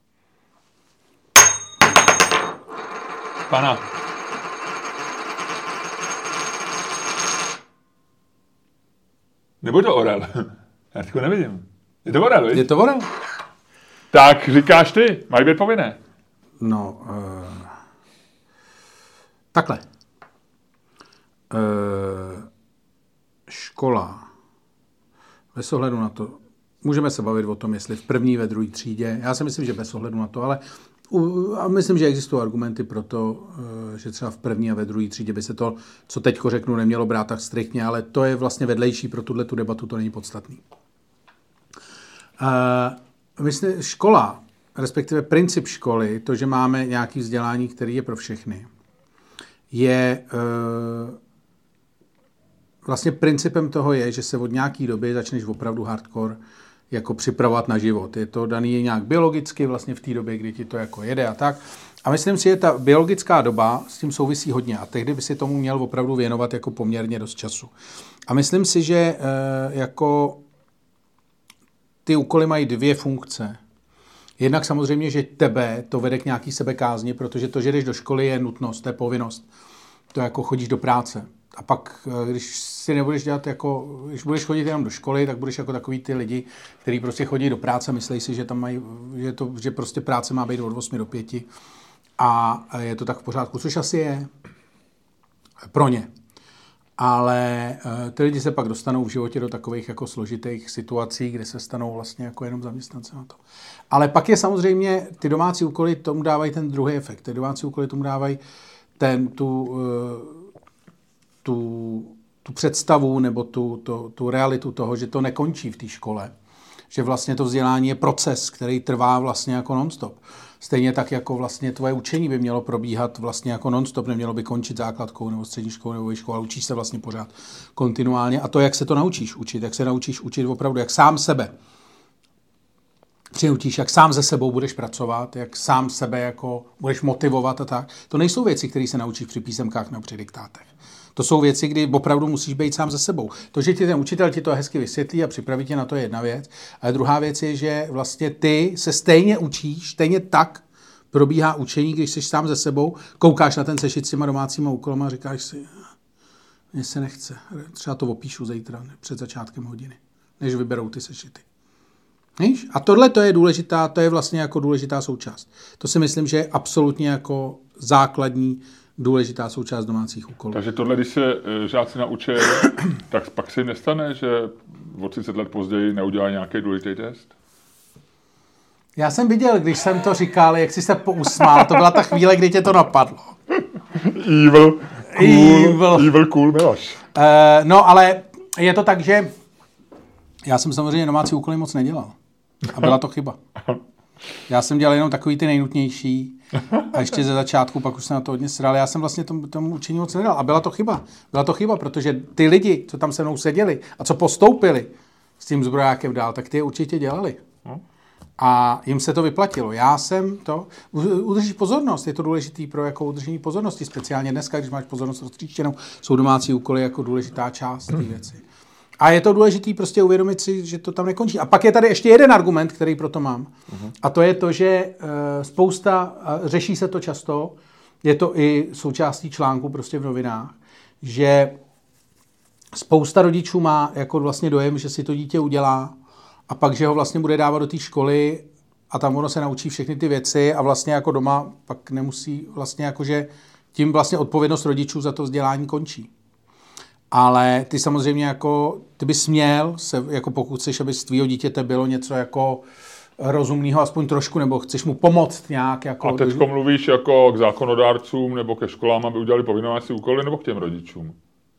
Pana. Nebo to orel? Já to nevidím. Je to orel, víš? Je to orel. Tak říkáš ty, mají být povinné. No, takhle. Škola. Bez ohledu na to, můžeme se bavit o tom, jestli v první, ve druhé třídě. Já si myslím, že bez ohledu na to, ale a myslím, že existují argumenty pro to, že třeba v první a ve druhé třídě by se to, co teďko řeknu, nemělo brát tak striktně, ale to je vlastně vedlejší pro tu debatu, to není podstatný. Myslím, škola, respektive princip školy, to, že máme nějaké vzdělání, které je pro všechny, je vlastně principem toho je, že se od nějaké doby začneš opravdu hardcore jako připravovat na život. Je to daný nějak biologicky vlastně v té době, kdy ti to jako jede a tak. A myslím si, že ta biologická doba s tím souvisí hodně a tehdy by si tomu měl opravdu věnovat jako poměrně dost času. A myslím si, že jako ty úkoly mají 2 funkce. Jednak samozřejmě, že tebe to vede k nějaký sebekázni, protože to, že jdeš do školy, je nutnost, to je povinnost. To jako chodíš do práce. A pak, když si nebudeš dělat jako, když budeš chodit jenom do školy, tak budeš jako takový ty lidi, kteří prostě chodí do práce, myslí si, že tam mají, že prostě práce má být od 8 do 5 a je to tak v pořádku, což asi je pro ně. Ale ty lidi se pak dostanou v životě do takových jako složitých situací, kde se stanou vlastně jako jenom zaměstnance na to. Ale pak je samozřejmě, ty domácí úkoly tomu dávají ten druhý efekt. Ty domácí úkoly tomu dávají tu představu nebo tu realitu toho, že to nekončí v té škole. Že vlastně to vzdělání je proces, který trvá vlastně jako non-stop. Stejně tak jako vlastně tvoje učení by mělo probíhat vlastně jako non-stop, nemělo by končit základkou nebo střední školou nebo školou, ale učíš se vlastně pořád kontinuálně. A to, jak se to naučíš učit, jak se naučíš učit opravdu, jak sám sebe přinutíš, jak sám ze sebou budeš pracovat, jak sám sebe jako budeš motivovat a tak. To nejsou věci, které se naučíš při písemkách nebo při diktátech. To jsou věci, kdy opravdu musíš být sám ze sebou. To, že ti ten učitel ti to hezky vysvětlí a připraví tě na to, je jedna věc. Ale druhá věc je, že vlastně ty se stejně učíš, stejně tak probíhá učení, když jsi sám ze sebou, koukáš na ten sešit s těma domácíma úkolama a říkáš si, mně se nechce, třeba to opíšu zítra před začátkem hodiny, než vyberou ty sešity. Víš? A tohle to je důležitá, to je vlastně jako důležitá součást. To si myslím, že je absolutně jako základní důležitá součást domácích úkolů. Takže tohle, když se žáci naučí, tak pak se jim nestane, že o 30 let později neudělají nějaký důležitý test? Já jsem viděl, když jsem to říkal, jak jsi se pousmál, to byla ta chvíle, kdy tě to napadlo. Evil cool Miloš. No, ale je to tak, že já jsem samozřejmě domácí úkoly moc nedělal. A byla to chyba. Já jsem dělal jenom takový ty nejnutnější a ještě ze začátku, pak už jsem na to hodně sral. Já jsem vlastně tomu učení moc nedal. A byla to chyba. Byla to chyba, protože ty lidi, co tam se mnou seděli a co postoupili s tím zbrojákem dál, tak ty je určitě dělali. A jim se to vyplatilo. Já jsem to... Udržíš pozornost, je to důležitý pro jako udržení pozornosti, speciálně dneska, když máš pozornost roztříštěnou, jsou domácí úkoly jako důležitá část té věci. A je to důležitý prostě uvědomit si, že to tam nekončí. A pak je tady ještě jeden argument, který proto mám. A to je to, že řeší se to často, je to i součástí článku prostě v novinách, že spousta rodičů má jako vlastně dojem, že si to dítě udělá a pak, že ho vlastně bude dávat do té školy a tam ono se naučí všechny ty věci a vlastně jako doma pak nemusí vlastně jako, že tím vlastně odpovědnost rodičů za to vzdělání končí. Ale ty samozřejmě jako, ty bys měl, jako pokud chceš, aby z tvýho dítěte bylo něco jako rozumného, aspoň trošku, nebo chceš mu pomoct nějak. Jako a teďko mluvíš jako k zákonodárcům nebo ke školám, aby udělali povinnovací úkoly, nebo k těm rodičům?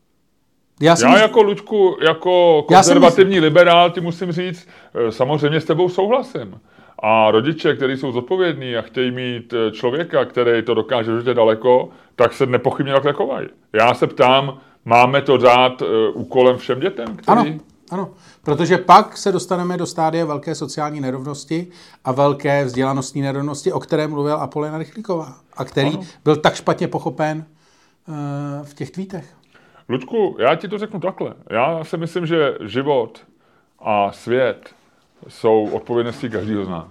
Já jako Luďku, jako konzervativní liberál, ti musím říct, samozřejmě s tebou souhlasím. A rodiče, kteří jsou zodpovědní a chtějí mít člověka, který to dokáže žít daleko, tak se nepochybně takhle chovají. Já se ptám, máme to dát úkolem všem dětem? Ano, protože pak se dostaneme do stádia velké sociální nerovnosti a velké vzdělanostní nerovnosti, o které mluvil Apolena Rychlíková a který byl tak špatně pochopen v těch tweetech. Luďku, já ti to řeknu takhle. Já si myslím, že život a svět jsou odpovědností každého z nás.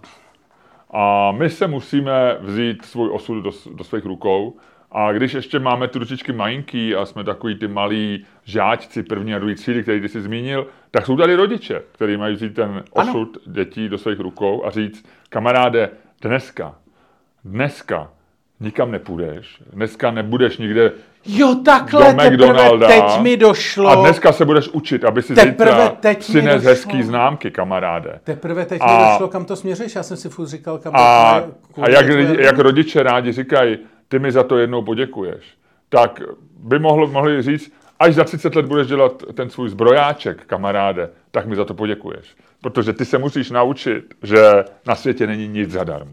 A my se musíme vzít svůj osud do svých rukou. A když ještě máme ty ručičky malinký a jsme takový ty malí žáčci první a druhé třídy, který ty jsi zmínil, tak jsou tady rodiče, kteří mají vzít ten osud dětí do svých rukou a říct, kamaráde, dneska nikam nepůjdeš, dneska nebudeš nikde takhle, do McDonalda, teď mi došlo. A dneska se budeš učit, aby si zítra přines hezký známky, kamaráde. Teprve teď mi došlo, kam to směřuješ, já jsem si furt říkal, kam to jak rodiče rádi říkají, ty mi za to jednou poděkuješ, tak by mohli říct, až za 30 let budeš dělat ten svůj zbrojáček, kamaráde, tak mi za to poděkuješ. Protože ty se musíš naučit, že na světě není nic zadarmo.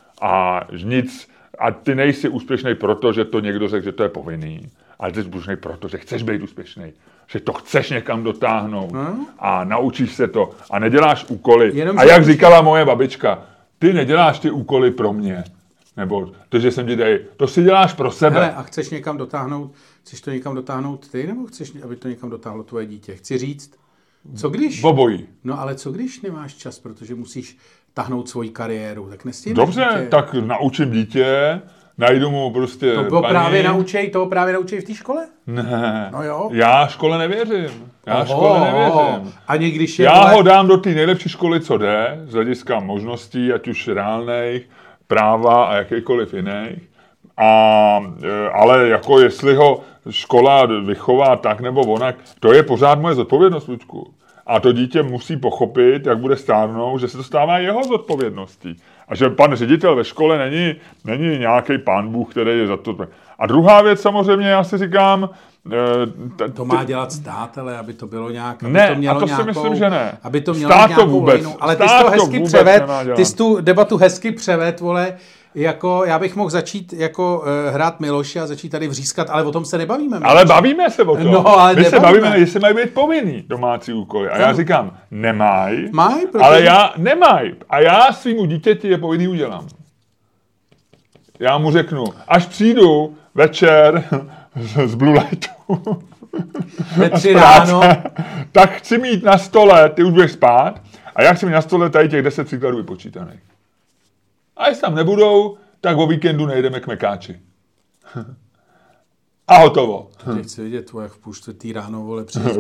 A ty nejsi úspěšný proto, že to někdo řekl, že to je povinný, ale ty jsi úspěšný proto, že chceš být úspěšný, že to chceš někam dotáhnout a naučíš se to a neděláš úkoly. A jak říkala moje babička, ty neděláš ty úkoly pro mě. Nebo to, že jsem ti tady, to si děláš pro sebe. Hele, a chceš to někam dotáhnout ty, nebo chceš, aby to někam dotáhlo tvoje dítě? Chci říct, co když? Obojí. No ale co když nemáš čas, protože musíš tahnout svoji kariéru, tak nestíháš. Dobře, tak naučím dítě najdu mu prostě To právě naučí v té škole? Ne, No jo. Já škole nevěřím. Ani když je... Já ho dám do té nejlepší školy, co jde, z hlediska možností, ať už reálných, práva a jakýkoliv jiných. Ale jako jestli ho škola vychová tak nebo onak, to je pořád moje zodpovědnost, Luďku. A to dítě musí pochopit, jak bude stárnout, že se to stává jeho zodpovědností. A že pan ředitel ve škole není nějaký pán Bůh, který je za to. A druhá věc samozřejmě, já si říkám... To má dělat stát, ale aby to bylo nějak... Ne, to mělo a to si myslím, že ne. Aby to mělo nějakou lejnu. Ale ty jsi to hezky převed, ty jsi tu debatu hezky převed, vole, jako já bych mohl začít jako hrát Miloše a začít tady vřískat, ale o tom se nebavíme. Miloše. Ale bavíme se o tom. No, ale my se bavíme, jestli mají být povinný domácí úkoly. A já říkám, nemají, ale já nemají. A já svýmu dítěti je povinný udělám. Já mu řeknu, až přijdu večer z Blue Lightu ve 3 ráno, tak chci mít na stole, ty už budeš spát, a já chci mít na stole tady těch 10 příkladů vypočítaných. A jestli tam nebudou, tak o víkendu nejdeme k mekáči. A hotovo. Teď chci vidět tvoje v 3:30 ráno, vole, přijít.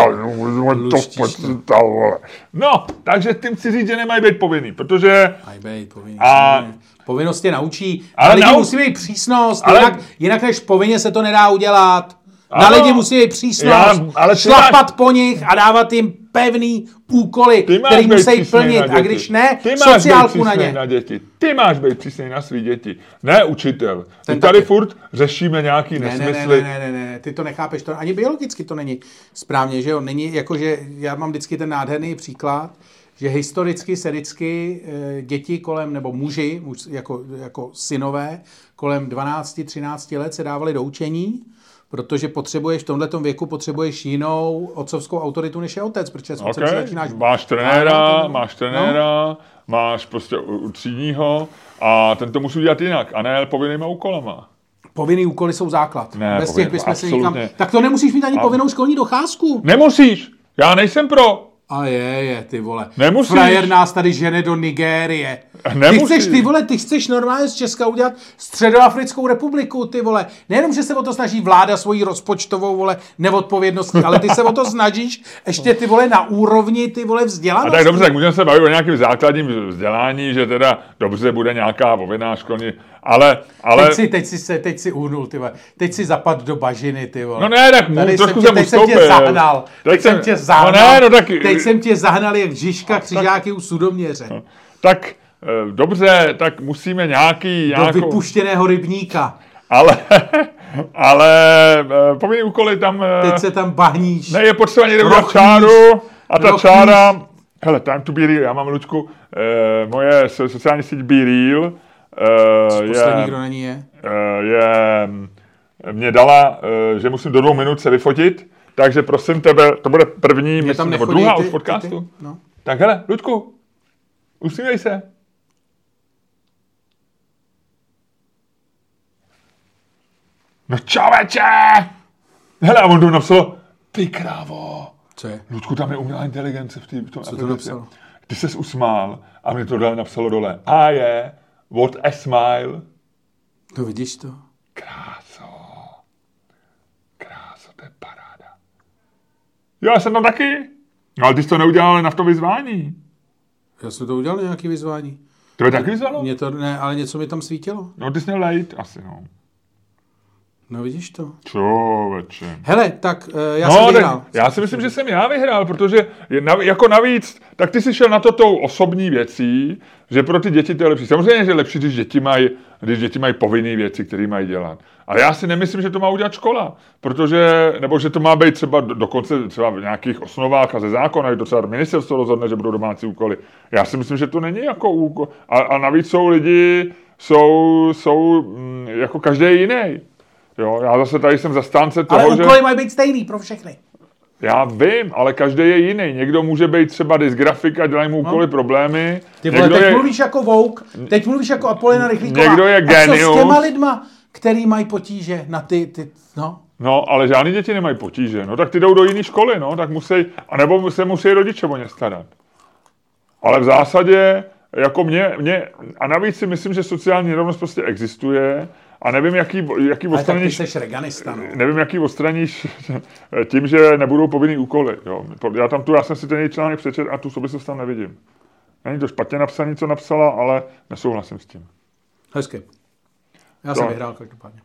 No, takže tím chci říct, že nemají být povinný, protože... Mají být povinný. Povinnost je naučí. Ale lidi musí být přísnost, jinak než povinně se to nedá udělat. Na lidi musí být přísnost, šlapat po nich a dávat jim pevný úkoly, který musí plnit. A když ne, sociálku na ně. Ty máš být přísnej na svý děti, ne učitel. My tady furt řešíme nějaký nesmysly. Ne, ty to nechápeš, to ani biologicky to není správně, že jo? Není, jakože já mám vždycky ten nádherný příklad, že historicky se vždycky děti kolem, nebo muži, jako synové, kolem 12-13 let se dávali do učení, protože potřebuješ v tomhletom věku jinou otcovskou autoritu než je otec, protože s otcem začínáš... Máš trenéra, máš prostě třídního a ten to musí dělat jinak, a ne povinnýma úkolama. Povinný úkoly jsou základ. Ne, bez těch bychom se nikam... Tak to nemusíš mít ani povinnou školní docházku. Nemusíš, já nejsem pro. A je, ty vole. Nemusíš. Frajer nás tady žene do Nigérie. Ty chceš normálně z Česka udělat Středoafrickou republiku, ty vole. Nejenom, že se o to snaží vláda svojí rozpočtovou, vole, neodpovědností, ale ty se o to snažíš ještě, ty vole, na úrovni, ty vole, vzdělanosti. A tak dobře, tak můžeme se bavit o nějakém základním vzdělání, že teda dobře bude nějaká povinná školní, ale... Teď si uhnul, ty vole. Teď si zapad do bažiny, ty vole. No ne, tak trošku jsem ustoupil. Teď jsem tě zahnal. Teď jsem tě zahnal jak Žižka křižáky u Sudoměře. No, tak dobře, tak musíme do vypuštěného rybníka. Ale povinný úkoly tam... Teď se tam bahníš. Ne, je potřeba někde udělat čáru a ta čára... Hele, time to be real, já mám, Luďku, moje sociální síť Be Real poslední, kdo na ní mě dala, že musím do 2 minut se vyfotit, takže prosím tebe, to bude první, myslím, nebo druhá už podcastu. No. Tak hele, Luďku, usmívej se. No čověče! Hele, a on to napsal, ty krávo. Co je? Luďku, tam je umělá inteligence v tom. Co to napsal? Ty ses usmál a mě to napsalo dole. What a smile. To vidíš to? Kráso, to je paráda. Jo, já jsem tam taky. No, ale ty jsi to neudělal na to vyzvání. Já jsem to udělal nějaký vyzvání. To je taky vyzvalo? Mě to, ne, ale něco mi tam svítilo. No, ty jsi měl lejt asi, no. No vidíš to. Čověče. Hele, tak já jsem vyhrál. Já si myslím, že jsem já vyhrál, protože jako navíc, tak ty jsi šel na to tou osobní věcí, že pro ty děti to je lepší. Samozřejmě, že je lepší, když děti mají povinné věci, které mají dělat. Ale já si nemyslím, že to má udělat škola, nebo že to má být třeba dokonce třeba v nějakých osnovách a ze zákona, že to třeba ministerstvo rozhodne, že budou domácí úkoly. Já si myslím, že to není jako úkol. A navíc jsou lidi, jsou jako každý jiný. Jo, já zase tady jsem zastánce toho, ale úkoly mají být stejný pro všechny. Já vím, ale každý je jiný. Někdo může být třeba dysgrafik a dělají mu úkoly problémy. Ty vole, teď mluvíš jako Vouk, teď mluvíš jako Apolina Rychlíková. Někdo je genius. A co s těma lidma, který mají potíže na ty. No, ale žádný děti nemají potíže. No, tak ty jdou do jiné školy, no, tak anebo se musí rodiče o ně starat. Ale v zásadě, jako a navíc si myslím, že sociální nerovnost prostě existuje A nevím, jaký odstraníš... Ale tak ty seš reganista, no. Nevím, jaký odstraníš tím, že nebudou povinný úkoly. Jo. Já jsem si ten její článek přečetl a tu souvislost tam nevidím. Není to špatně napsané, co napsala, ale nesouhlasím s tím. Hezky. Já jsem vyhrál každopádně.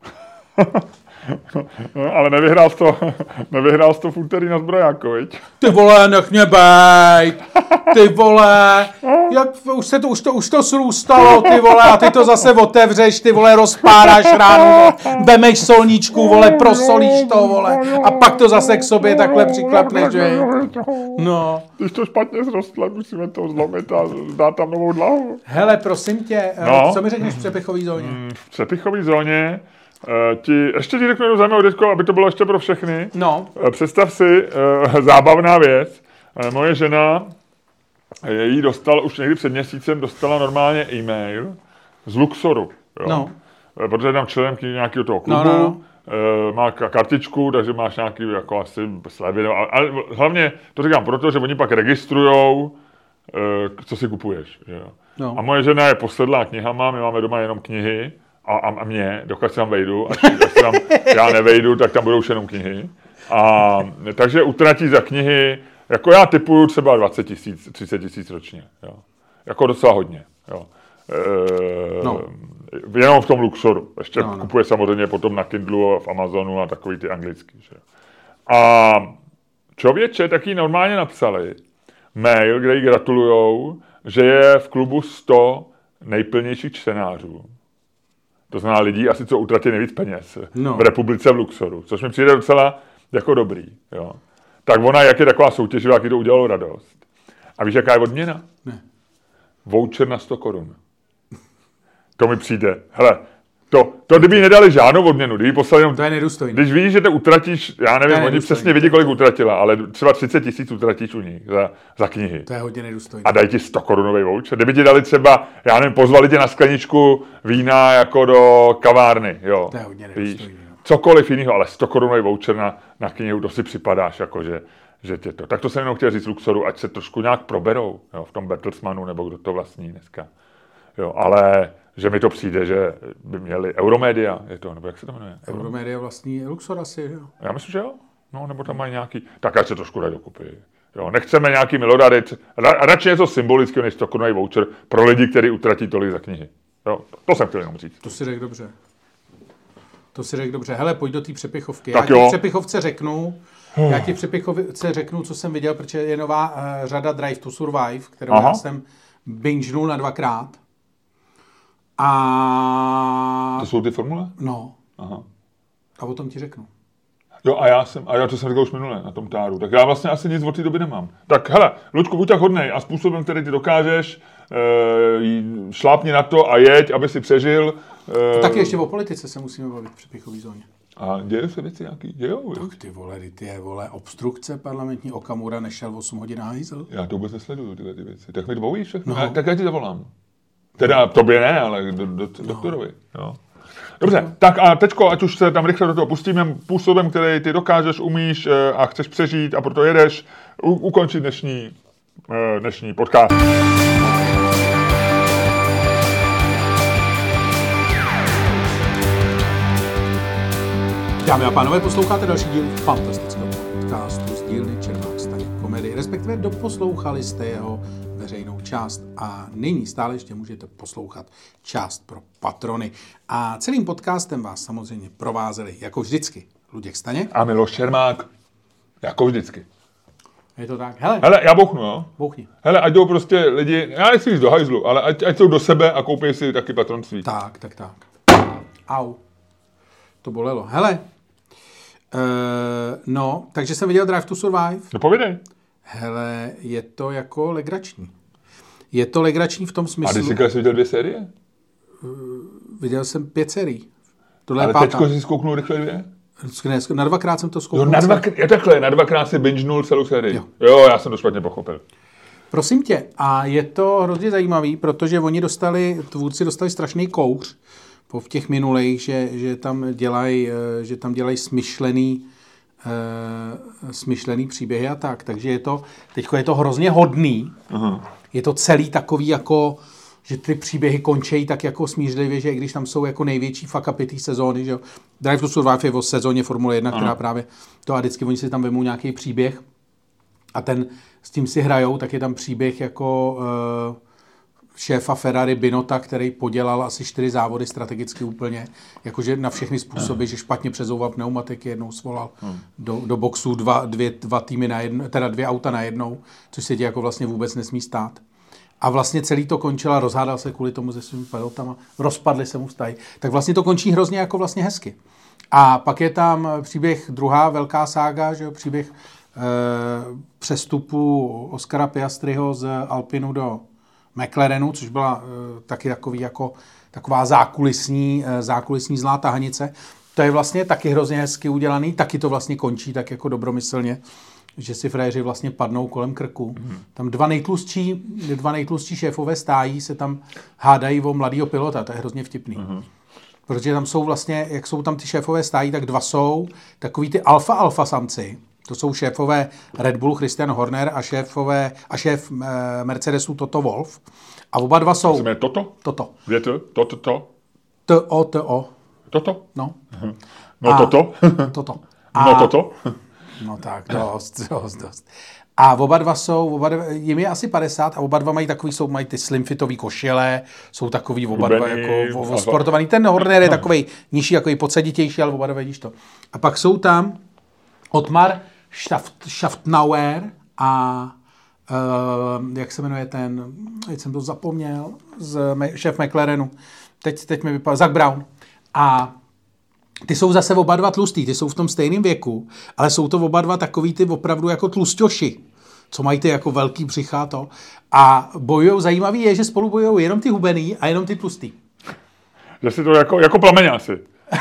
No, ale nevyhrál jsi to v úterý na zbrojáko, viď? Ty vole, nech mě bejt! Ty vole! Jak, už to slůstalo, ty vole, a ty to zase otevřeš, ty vole, rozpáráš ránu, vemeš solníčku, vole, prosolíš to, vole, a pak to zase k sobě takhle přiklapneš, že? No. Když to špatně zrostlo, musíme to zlomit a dát tam novou dlahu. Hele, prosím tě, co mi řekneš v přepichové zóně? V přepichové zóně ještě ti řeknu jednu zajímavou věc, aby to bylo ještě pro všechny. No. Představ si, zábavná věc. Moje žena, její dostala už někdy před měsícem, dostala normálně e-mail z Luxoru. Jo? No. Protože je tam členem nějakého toho klubu. No. Má kartičku, takže máš nějaký jako asi slevy. Ale hlavně to říkám proto, že oni pak registrujou, co si kupuješ. Jo? No. A moje žena je posedlá knihama, my máme doma jenom knihy. A mě, dokud se tam vejdu, až tam já nevejdu, tak tam budou už jenom knihy. Takže utratí za knihy, jako já typuju třeba 20 000, 30 000 ročně. Jo. Jako docela hodně. Jo. Jenom v tom Luxoru. Ještě kupuje samozřejmě potom na Kindlu a v Amazonu a takový ty anglický. Že? A člověče taky normálně napsali mail, kde jí gratulujou, že je v klubu 100 nejplnějších čtenářů. To znamená lidí asi, co utratí nejvíc peněz v republice v Luxoru, což mi přijde docela jako dobrý. Jo. Tak ona, jak je taková soutěživá, jaký to udělalo radost. A víš, jaká je odměna? Ne. Voucher na 100 korun. To mi přijde. Hele, to kdyby nedali žádnou odměnu, kdyby poslali jenom... To je nedůstojné. Když víš, že to utratíš, já nevím, oni přesně vědí, kolik utratila, ale třeba 30 000 utratíš u ní za knihy. To je hodně nedůstojné. A dají ti 100 korunový voucher. Kdyby ti dali třeba, já nevím, pozvali tě na skleničku vína jako do kavárny, jo. To je hodně nedůstojné. Cokoliv jiného, ale 100 korunový voucher na knihu, to si připadáš, jako že tě to. Tak to jsem jenom chtěl říct Luxoru, ať se trošku nějak proberou, jo, v tom Bertelsmannu, nebo kdo to vlastní dneska. Jo, ale že mi to přijde, že by měli Euromedia, je to, nebo jak se to jmenuje? Euromedia vlastní Luxor asi, jo? Já myslím, že jo. No, nebo tam mají nějaký, tak ať se trošku dají dokupy. Jo, nechceme nějaký milodary, radši něco symbolického než 100 korunový voucher pro lidi, kteří utratí tolik za knihy. Jo, to jsem chtěl jenom říct. To si řekl dobře. Hele, pojď do té přepichovky. Já ti v přepichovce řeknu, co jsem viděl, protože je nová řada Drive to Survive, kterou já jsem bingenul na 2krát. A... To jsou ty formule? No. Aha. A o tom ti řeknu. Jo, a já to jsem říkal už minule na tom táru, tak já vlastně asi nic od té doby nemám. Tak hele, Luďku, buď tak hodnej a způsobem, který ty dokážeš, šlápni na to a jeď, aby si přežil. Taky ještě o politice se musíme bavit v přepichový zóně. A dějou se věci nějaký? Dějou? Tak ty vole, obstrukce parlamentní, Okamura nešel 8 hodin na hajzl. Já to vůbec nesleduju, tyhle ty věci. Tak mi to baví všechno. No. Tak já ti zavolám. Teda tobě ne, ale doktorovi. Jo. Dobře, tak a teďko, ať už se tam rychle do toho pustíme působem, který ty dokážeš, umíš a chceš přežít a proto jedeš, ukončit dnešní podcast. Dámy a pánové, posloucháte další díl fantastického podcastu z dílny Čermák Staněk komedie, respektive doposlouchali jste jeho veřejnou část a nyní stále ještě můžete poslouchat část pro patrony. A celým podcastem vás samozřejmě provázeli, jako vždycky, Luděk Staněk a Miloš Čermák, jako vždycky. Je to tak? Hele, já bouchnu, jo? Bouchni. Hele, ať jdou prostě lidi, já nechci jít do hajzlu, ale ať jsou do sebe a koupí si taky patronství. Tak. Au. To bolelo. Hele, no, takže jsem viděl Drive to Survive. No povědej. Hele, je to jako legrační. Je to legrační v tom smyslu... A ty jsi viděl 2 série? Viděl jsem 5 sérií. Tohle ale teďko jsi zkouknul rychle 2? Na 2krát jsem to zkouknul. Jo, na 2krát si bingenul celou sérii. Jo, já jsem to špatně pochopil. Prosím tě, a je to hrozně zajímavý, protože tvůrci dostali strašný kouř v těch minulých, že tam dělají smyšlený příběhy a tak. Takže teďko je to hrozně hodný. Aha. Je to celý takový jako že ty příběhy končí tak jako smířlivě, že i když tam jsou jako největší fuck upy té sezóny, že jo. Drive to Survive je o sezóně Formule 1, která právě to a vždycky oni si tam vemou nějaký příběh a ten s tím si hrajou, tak je tam příběh jako šéfa Ferrari Binota, který podělal asi 4 závody strategicky úplně, jakože na všechny způsoby, že špatně přezouval pneumatiky, jednou svolal do boxu dva týmy na jedno, teda 2 auta na jednou, což se ti jako vlastně vůbec nesmí stát. A vlastně celý to končilo, rozhádal se kvůli tomu se svými pilotama, rozpadly se mu vztahy. Tak vlastně to končí hrozně jako vlastně hezky. A pak je tam příběh druhá velká sága, že jo, příběh přestupu Oscara Piastriho z Alpinu do McLarenu, což byla taky taková zákulisní zlá tahanice. To je vlastně taky hrozně hezky udělaný, taky to vlastně končí tak jako dobromyslně, že si frajeři vlastně padnou kolem krku. Tam dva nejtlustší šéfové stájí se tam hádají o mladýho pilota, to je hrozně vtipný. Protože tam jsou vlastně, jak jsou tam ty šéfové stájí, tak 2 jsou takový ty alfa samci. To jsou šéfové Red Bull Christian Horner a šéf Mercedesu Toto Wolff. A oba 2 jsou... Jmenuje Toto? Toto. Větr? Toto? T-O. Toto? No. No toto? Toto. No toto? No tak, dost. A oba dva jim je asi 50 a oba dva mají ty slimfitový košile, jsou takový oba dva jako sportovaný. Ten Horner je takovej nižší, jako podseditější, ale oba dva vidíš to. A pak jsou tam Otmar Schaffnauer a jak se jmenuje teď jsem to zapomněl, šéf McLarenu. Teď mi vypadá Zak Brown. A ty jsou zase oba dva tlustý, ty jsou v tom stejném věku, ale jsou to oba dva takový ty opravdu jako tlusťoši, co mají ty jako velký břicha to. A bojujou, zajímavý je, že spolu bojujou jenom ty hubený a jenom ty tlustý. Že si to jako plameňáci.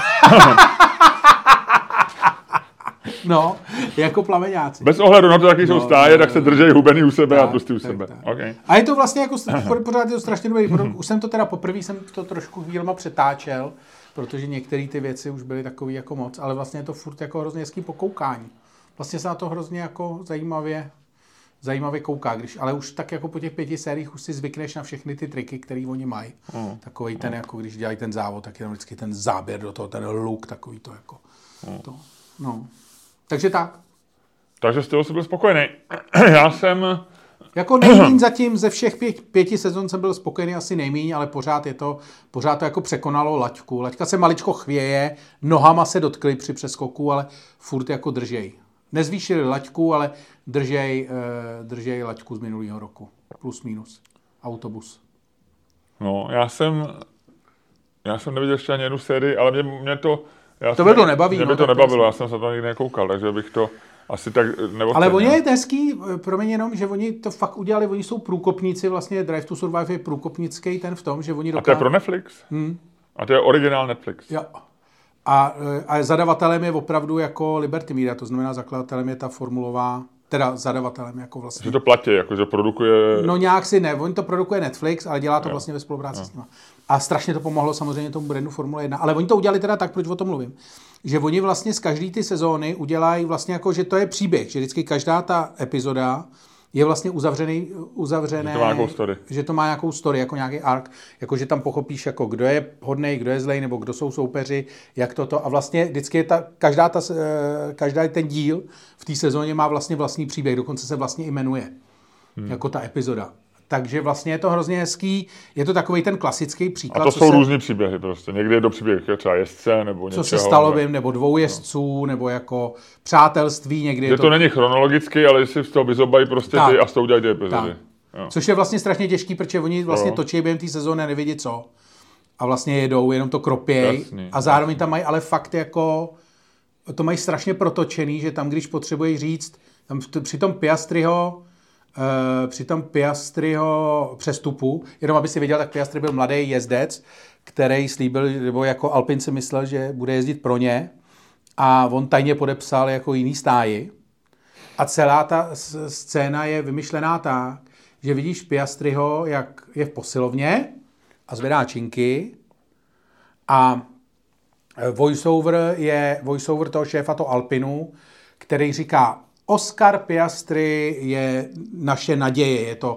No, jako plameňáci. Bez ohledu na to, jaký jsou stáje, tak se držej hubený u sebe a tlustý u sebe. Okay. A je to vlastně jako, pořád je to strašně dobrý. Už jsem to teda poprvé jsem to trošku chvílema přetáčel, protože některé ty věci už byly takový jako moc, ale vlastně je to furt jako hrozně hezký pokoukání. Vlastně se na to hrozně jako zajímavě kouká, ale už tak jako po těch 5 sériích už si zvykneš na všechny ty triky, které oni mají. Takový ten, jako když dělají ten závod, tak je tam vždycky ten záběr do toho, ten look, takový to jako. To, no. Takže tak. Takže z toho jsem byl spokojený. Já jsem... Jako nejmíň zatím ze všech 5 sezon jsem byl spokojený asi nejmíň, ale pořád to jako překonalo laťku. Laťka se maličko chvěje, nohama se dotkli při přeskoku, ale furt jako držej. Nezvýšili laťku, ale držej laťku z minulého roku. Plus minus. Autobus. No, já jsem neviděl ještě ani jednu sérii, ale mě to... To by to nebaví. Mě by to nebavilo, já jsem se to nikdy nekoukal, takže bych to asi tak neocenil. Ale oni je hezký, promiň jenom, že oni to fakt udělali, oni jsou průkopníci, vlastně Drive to Survive je průkopnický ten v tom, že oni A to je pro Netflix? A to je originál Netflix? Jo. A zadavatelem je opravdu jako Liberty Media, to znamená zakladatelem je ta formulová, teda zadavatelem jako vlastně. Že to platí, jako že produkuje... No nějak si ne, on to produkuje Netflix, ale dělá to vlastně ve spolupráci s nimi. A strašně to pomohlo samozřejmě tomu brandu Formule 1, ale oni to udělali teda tak, proč o tom mluvím, že oni vlastně z každé ty sezóny udělají vlastně jako, že to je příběh, že vždycky každá ta epizoda je vlastně uzavřený, že to má nějakou story, jako nějaký arc, jako že tam pochopíš, jako kdo je hodnej, kdo je zlej, nebo kdo jsou soupeři, jak toto. A vlastně vždycky je každá ten díl v té sezóně má vlastně vlastní příběh, dokonce se vlastně i jmenuje, jako ta epizoda. Takže vlastně je to hrozně hezký, je to takový ten klasický příklad. A to jsou různý příběhy prostě. Někdy je to příběh třeba jezdce nebo něčeho. Co se stalo nebo 2 jezdců, nebo jako přátelství někdy. Že to není chronologicky, ale si z toho vyzobají prostě ty a z toho udělají ty epizody. Což je vlastně strašně těžký, protože oni vlastně točí během té sezóny a nevědí co. A vlastně jedou, jenom to kropěj. A zároveň tam mají ale fakt jako, to mají strašně protočený, že tam, když potřebuješ říct, tam při tom Piastriho přestupu, jenom aby si věděl, tak Piastri byl mladý jezdec, který slíbil, nebo jako Alpin si myslel, že bude jezdit pro ně a on tajně podepsal jako jiný stáji. A celá ta scéna je vymyšlená tak, že vidíš Piastriho, jak je v posilovně a zvedá činky a voiceover toho šéfa toho Alpinu, který říká: Oscar Piastri je naše naděje, je to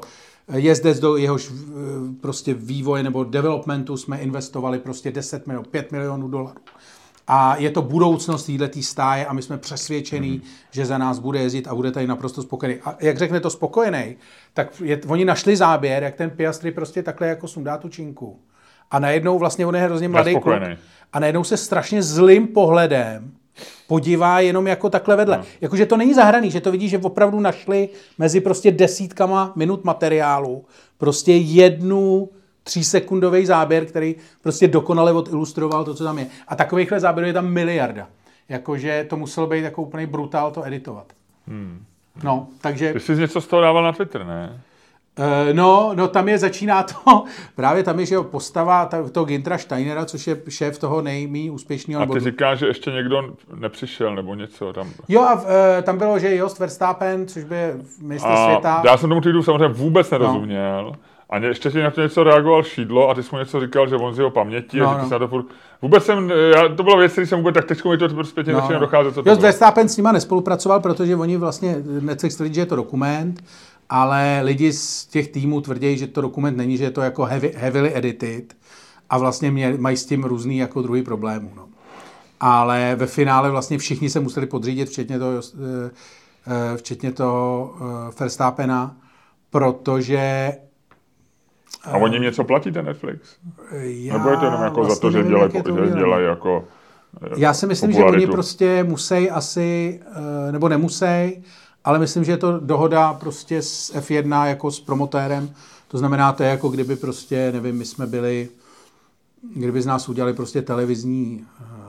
jezdec, do jehož prostě vývoje nebo developmentu jsme investovali prostě 10 milionů, 5 milionů dolarů. A je to budoucnost této stáje a my jsme přesvědčení, že za nás bude jezdit a bude tady naprosto spokojený. A jak řekne to spokojený, tak oni našli záběr, jak ten Piastri prostě takhle jako sundá tu činku. A najednou vlastně on je hrozně mladý kluk. A najednou se strašně zlým pohledem podívá jenom jako takhle vedle. No. Jakože to není zahraný, že to vidí, že opravdu našli mezi prostě desítkama minut materiálu prostě jednu 3sekundový záběr, který prostě dokonale odilustroval to, co tam je. A takovýchhle záběrů je tam miliarda. Jakože to muselo být jako úplný brutál to editovat. No, takže... Ty jsi něco z toho dával na Twitter, ne? No, tam začíná to, právě tam je, že postava toho Güntera Steinera, což je šéf toho nejméně úspěšného. A ty říkáš, že ještě někdo nepřišel, nebo něco tam. Jo, a tam bylo, že Jos Verstappen, což by mistr světa. Já jsem tomu tweetu samozřejmě vůbec nerozuměl. No. A ještě si na to něco reagoval Šídlo a ty jsi mu něco říkal, že on z jeho paměti a že ty se na to furt... Vůbec to bylo věc, který jsem vůbec tak teď mi to zpětně začíná docházet, co to Jos Verstappen s nima nespolupracoval, protože oni vlastně nechci tvrdit, že je to dokument, ale lidi z těch týmů tvrdí, že to dokument není, že je to jako heavily edited a vlastně mají s tím různý jako druhý problémů. No. Ale ve finále vlastně všichni se museli podřídit, včetně toho Verstappena, protože... A oni něco platí, ten Netflix? Nebo je to jenom jako vlastně za to, že dělají jako... Já si myslím, popularitu. Že oni prostě musí asi, nebo nemusí, ale myslím, že je to dohoda prostě s F1 jako s promotérem. To znamená, to je jako kdyby prostě, nevím, my jsme byli, kdyby z nás udělali prostě televizní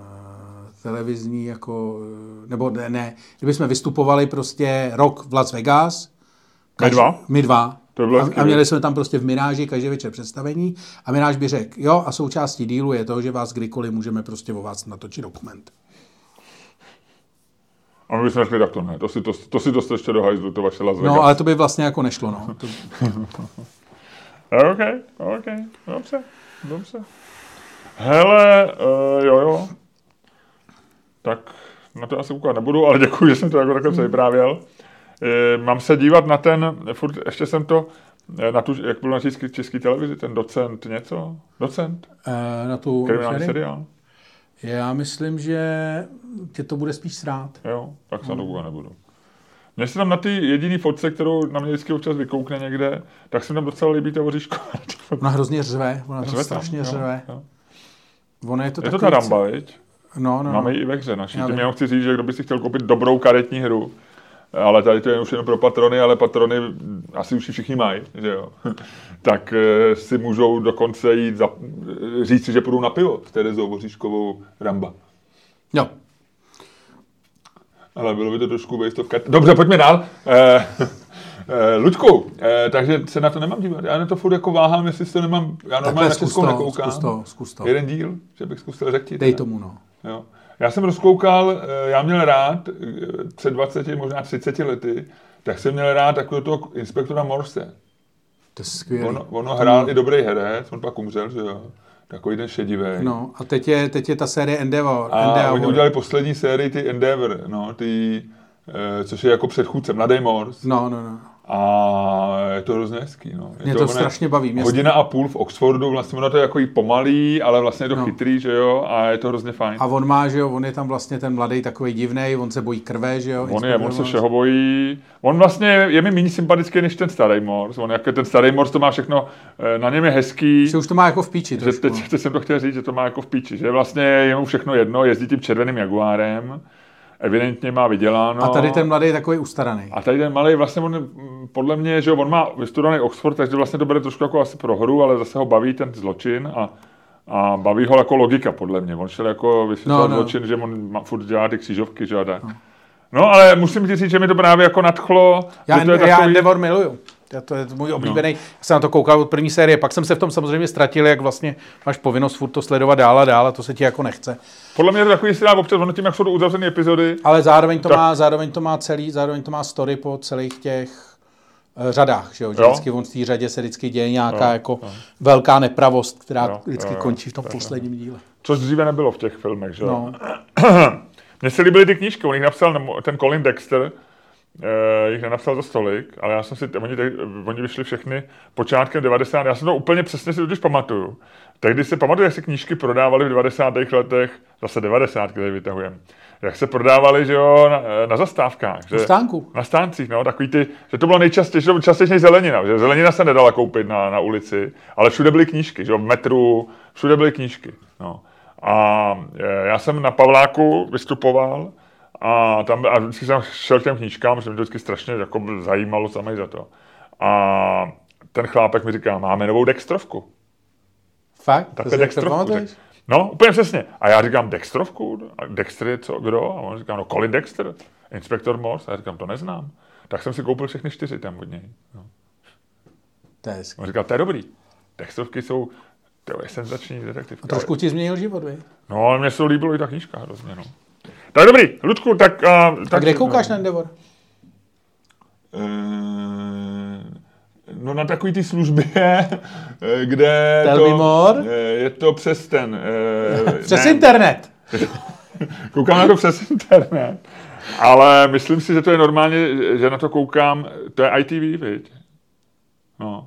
jako, nebo ne, kdyby jsme vystupovali prostě rok v Las Vegas. My dva. A měli jsme tam prostě v Miráži každý večer představení a Miráž by řekl, jo, a součástí dílu je to, že vás kdykoliv můžeme prostě o vás natočit dokument. A my bychom řekli, tak to ne, to si dost ještě do hajzlu, to vaše Las Vegas. No, ale to by vlastně jako nešlo, no. OK, dobře. Hele, jo. Tak na to asi koukat nebudu, ale děkuji, že jsem to jako takhle vyprávěl. Mám se dívat na ten, furt ještě jsem to, na tu, jak byl na české televizi, ten docent něco? Docent? Na tu kriminální seriál? Já myslím, že tě to bude spíš srát. Jo, tak se na to koukat nebudu. Mně se tam na ty jediný fotce, kterou na mě vždycky občas vykoukne někde, tak se mi tam docela líbí ta Voříšková. Ona hrozně řve, ona tam strašně řve. Ono je to ta Ramba, viď? No. Máme ji i ve hře naší. Tím já chci říct, že kdo by si chtěl koupit dobrou karetní hru, ale tady to je už jenom pro patrony, ale patrony asi už všichni mají, že jo. Tak si můžou dokonce jít říct si, že půjdou na pivo s Terezou Voříškovou Ramba. Jo. Ale bylo by to trošku vejstovka. Dobře, pojďme dál. Luďku, takže se na to nemám dívat. Já na to furt jako váhám, jestli to nemám. Já normálně na Českou nekoukám. Zkus to. Jeden díl, že bych zkusil řekl. Dej tomu, no. Jo. Já jsem rozkoukal, já měl rád před 20, možná 30 lety, tak jsem měl rád takového toho inspektora Morse. To je skvělý. Ono hrál i dobrý herec, on pak umřel, že jo. Takový ten šedivý. No a teď je ta série Endeavor. A oni udělali poslední sérii, ty Endeavor, no, což je jako předchůdce, Mladý Morse. No. A je to hrozně hezký, no. Mě to strašně baví. Hodina a půl v Oxfordu, vlastně ono to je jako i pomalý, ale vlastně je to chytrý, že jo, a je to hrozně fajn. A on má, že jo, on je tam vlastně ten mladý takový divnej, on se bojí krve, že jo. On se všeho bojí. On vlastně je mi méně sympatický než ten starý Morse. On jako ten starý Morse to má všechno, na něm je hezký. Že už to má jako v píči. Teď jsem to chtěl říct, že to má jako v píči, že vlastně je mu všechno jedno, jezdí tím červeným Jaguárem. Evidentně má vyděláno. A tady ten mladý je takový ustaraný. A tady ten malý vlastně, podle mě, že on má vystudovaný Oxford, takže vlastně to bere trošku jako asi pro hru, ale zase ho baví ten zločin a baví ho jako logika, podle mě. On šel jako vysvětlit zločin, že on furt dělá ty křížovky, že a tak. No, ale musím ti říct, že mi to právě jako nadchlo. Já Endeavor miluju. To je můj oblíbený. Já jsem na to koukal od první série, pak jsem se v tom samozřejmě ztratil, jak vlastně máš povinnost furt to sledovat dál a dál a to se ti jako nechce. Podle mě je to takový seriál občas, ono tím, jak jsou to uzavřené epizody. Ale zároveň to má story po celých těch řadách, že jo? Vždycky v té řadě se vždycky děje nějaká velká nepravost, která vždycky končí v tom posledním díle. Což dříve nebylo v těch filmech, že jo? No. Mně se líbily ty knížky, on jich napsal ten Colin Dexter, jich nenapsal za stolik, ale já jsem si, oni vyšli všechny počátkem 90. Já jsem to úplně přesně si totiž pamatuju. Tehdy si pamatuju, jak se knížky prodávaly v 90. letech, zase 90, když vytahujeme. Jak se prodávaly, že jo, na zastávkách. Že, na stáncích, no, takový ty, že to bylo nejčastější, než zelenina, že zelenina se nedala koupit na ulici, ale všude byly knížky, že jo, v metru, všude byly knížky, no. A já jsem na Pavláku vystupoval a vždycky jsem šel k těm knížkám, protože mě to vždycky strašně jako zajímalo samej za to. A ten chlápek mi říká, máme novou Dextrovku. Fakt? Takhle Dextrovku. No, úplně přesně. A já říkám, Dextrovku? A Dexter je co, kdo? A on říká, no Colin Dexter, inspektor Morse. A já říkám, to neznám. Tak jsem si koupil všechny 4 tam od něj. No. To je hezky. On říkal, to je dobrý. Dextrovky jsou, to je senzační detektivka. A trošku ti změnil život, vy? No, ale mně se líbilo i ta knížka hrozně, no. Tak dobrý, Ludku, tak... A kde koukáš na Endeavor? No na takový ty službě, kde je to přes ten... přes internet. Koukám na to přes internet. Ale myslím si, že to je normálně, že na to koukám, to je ITV, viď? No.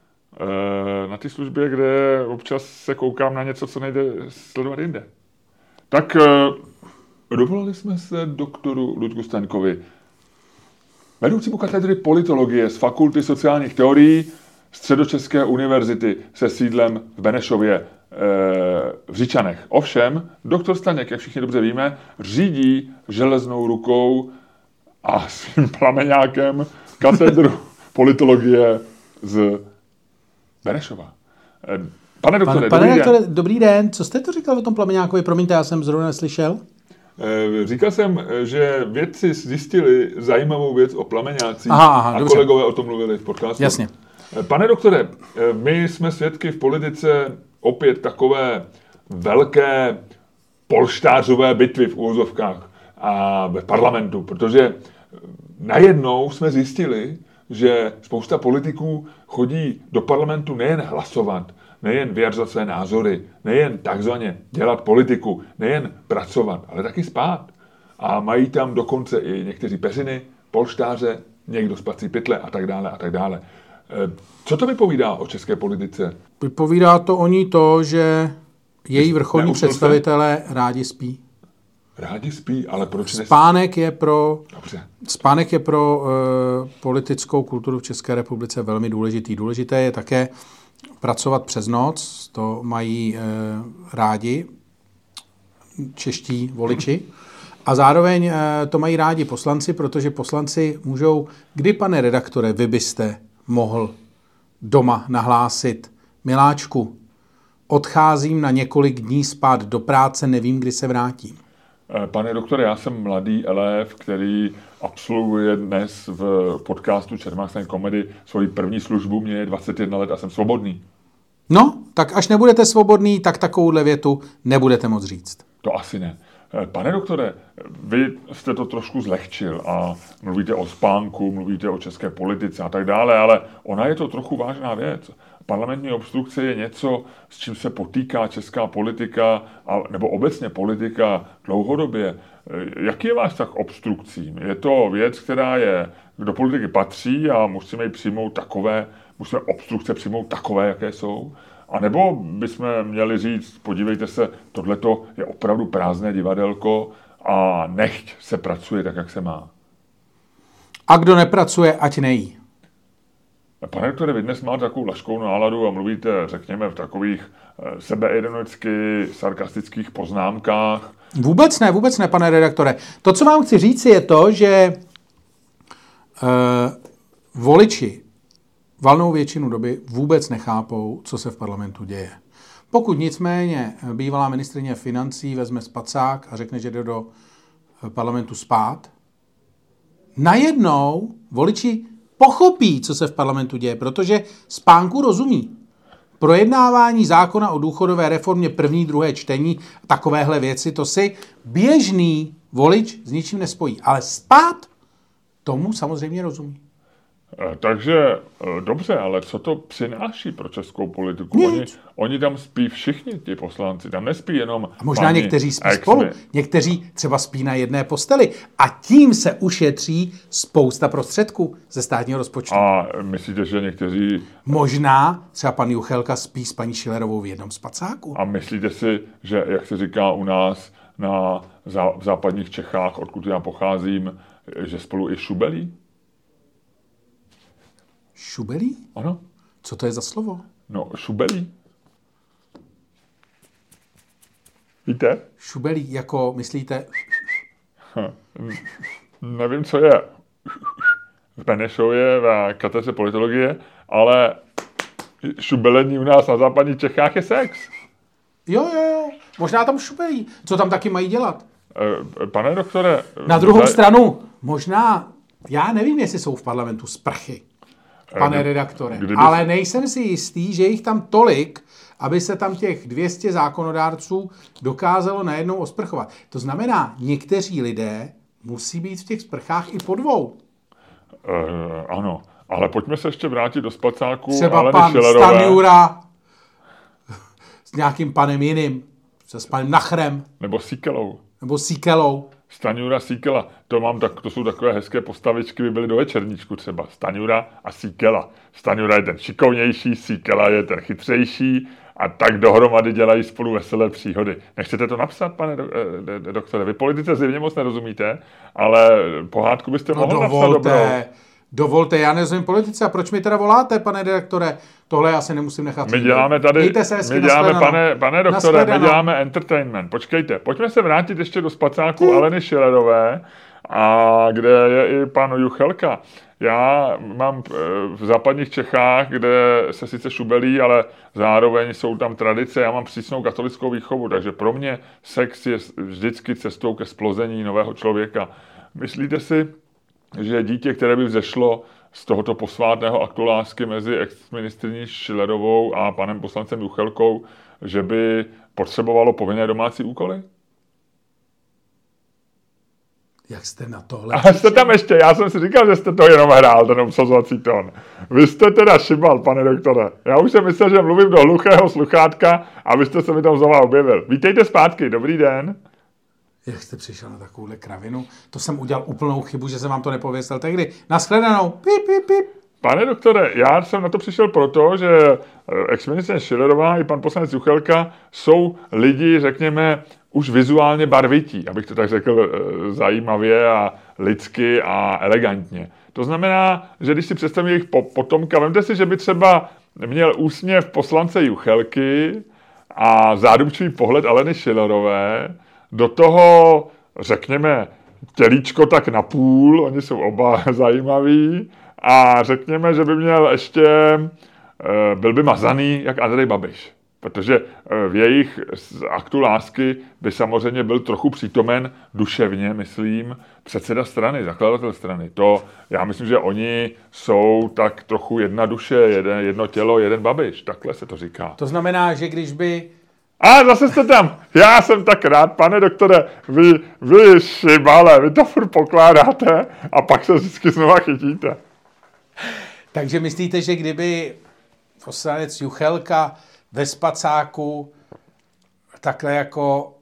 Na ty službě, kde občas se koukám na něco, co nejde sledovat jinde. Tak dovolali jsme se doktoru Ludku Staňkovi, vedoucímu katedry politologie z Fakulty sociálních teorií Středočeské univerzity se sídlem v Benešově v Říčanech. Ovšem, doktor Staněk, jak všichni dobře víme, řídí železnou rukou a svým plameňákem katedru politologie z Benešova. Pane doktore, dobrý den. Co jste to říkal o tom plameňákovi? Promiňte, já jsem zrovna neslyšel. Říkal jsem, že vědci zjistili zajímavou věc o plameňácích a dobře. Kolegové o tom mluvili v podcastu. Jasně. Pane doktore, my jsme svědky v politice opět takové velké polštářové bitvy v úvozovkách a v parlamentu, protože najednou jsme zjistili, že spousta politiků chodí do parlamentu nejen hlasovat, nejen vyjadřovat své názory, nejen takzvaně dělat politiku, nejen pracovat, ale taky spát. A mají tam dokonce i někteří peřiny, polštáře, někdo spací pytle a tak dále a tak dále. Co to vypovídá o české politice? Vypovídá to o ní to, že její vrcholní představitelé rádi spí. Rádi spí, ale proč nespí? Spánek je pro politickou kulturu v České republice velmi důležitý. Důležité je také pracovat přes noc, to mají rádi čeští voliči. A zároveň to mají rádi poslanci, protože poslanci můžou, kdy, pane redaktore, vy byste mohl doma nahlásit: miláčku, odcházím na několik dní spát do práce, nevím, kdy se vrátím. Pane doktore, já jsem mladý elef, který absolvuje dnes v podcastu Čermák Staněk Comedy svoji první službu, mě je 21 let a jsem svobodný. No, tak až nebudete svobodný, tak takovouhle větu nebudete moc říct. To asi ne. Pane doktore, vy jste to trošku zlehčil a mluvíte o spánku, mluvíte o české politice a tak dále, ale ona je to trochu vážná věc. Parlamentní obstrukce je něco, s čím se potýká česká politika, nebo obecně politika dlouhodobě. Jaký je váš vztah k obstrukcím? Je to věc, která do politiky patří a musíme obstrukce přijmout takové, jaké jsou? A nebo bychom měli říct, podívejte se, tohleto je opravdu prázdné divadelko a nechť se pracuje tak, jak se má. A kdo nepracuje, ať nejí. Pane doktore, vy dnes máte takovou laškou náladu a mluvíte, řekněme, v takových sebeironicky sarkastických poznámkách. Vůbec ne, pane redaktore. To, co vám chci říct, je to, že voliči valnou většinu doby vůbec nechápou, co se v parlamentu děje. Pokud nicméně bývalá ministryně financí vezme spacák a řekne, že jde do parlamentu spát, najednou voliči pochopí, co se v parlamentu děje, protože spánku rozumí. Projednávání zákona o důchodové reformě, první, druhé čtení, takovéhle věci, to si běžný volič s ničím nespojí. Ale spát tomu samozřejmě rozumí. Takže dobře, ale co to přináší pro českou politiku? Oni tam spí všichni, ti poslanci, tam nespí jenom a možná někteří spí spolu, někteří třeba spí na jedné posteli a tím se ušetří spousta prostředků ze státního rozpočtu. A myslíte, že někteří... Možná třeba pan Juchelka spí s paní Schillerovou v jednom spacáku. A myslíte si, že, jak se říká u nás v západních Čechách, odkud já pocházím, že spolu i šubelí? Šubelí? Ano. Co to je za slovo? No, šubelí. Víte? Šubelí, jako myslíte? Nevím, co je v Benešově v katedře politologie, ale šubelení u nás na západních Čechách je sex. Jo. Možná tam šubelí. Co tam taky mají dělat? Pane doktore... Na druhou stranu, možná, já nevím, jestli jsou v parlamentu sprchy, pane redaktore, ale nejsem si jistý, že jich tam tolik, aby se tam těch 200 zákonodárců dokázalo najednou osprchovat. To znamená, někteří lidé musí být v těch sprchách i po dvou. Ano, ale pojďme se ještě vrátit do spacáku. Třeba pan Stanjura s nějakým panem jiným, s panem Nachrem. Nebo Síkelou. Stanjura, Síkela. To jsou takové hezké postavičky, by byly do večerníčku třeba. Stanjura a Síkela. Stanjura je ten šikovnější, Síkela je ten chytřejší a tak dohromady dělají spolu veselé příhody. Nechcete to napsat, pane doktore? Vy politice zjevně moc nerozumíte, ale pohádku byste mohl napsat dobrou. Dovolte, já nerozumím politice. A proč mi teda voláte, pane redaktore? Tohle já si nemusím nechat. My děláme tady, pane doktore, my děláme entertainment. Počkejte, pojďme se vrátit ještě do spacáku Aleny Schillerové, a kde je i pan Juchelka. Já mám v západních Čechách, kde se sice šubelí, ale zároveň jsou tam tradice. Já mám přísnou katolickou výchovu, takže pro mě sex je vždycky cestou ke splození nového člověka. Myslíte si, že dítě, které by vzešlo z tohoto posvátného aktu lásky mezi exministryní Schillerovou a panem poslancem Juchelkou, že by potřebovalo povinné domácí úkoly? Jak jste na tohle? A jste tam ještě, já jsem si říkal, že jste to jenom hrál, ten obsazovací tón. Vy jste teda šibal, pane doktore. Já už jsem myslel, že mluvím do hluchého sluchátka a vy jste se mi tam znovu objevil. Vítejte zpátky, dobrý den. Jak jste přišel na takovouhle kravinu? To jsem udělal úplnou chybu, že jsem vám to nepověsil tehdy. Nashledanou. Pip, pip, pip. Pane doktore, já jsem na to přišel proto, že exministryně Schillerová i pan poslanec Juchelka jsou lidi, řekněme, už vizuálně barvití, abych to tak řekl zajímavě a lidsky a elegantně. To znamená, že když si představím jejich potomka, vemte si, že by třeba měl úsměv poslance Juchelky a zádumčivý pohled Aleny Schillerové, do toho, řekněme, tělíčko tak na půl, oni jsou oba zajímaví, a řekněme, že by měl ještě, byl by mazaný jak Andrej Babiš. Protože v jejich aktu lásky by samozřejmě byl trochu přítomen duševně, myslím, předseda strany, zakladatel strany. To, já myslím, že oni jsou tak trochu jedna duše, jedno tělo, jeden Babiš. Takhle se to říká. To znamená, že když by... A zase jste tam. Já jsem tak rád, pane doktore, vy šibale, vy to furt pokládáte a pak se vždycky znova chytíte. Takže myslíte, že kdyby poslanec Juchelka ve spacáku takhle jako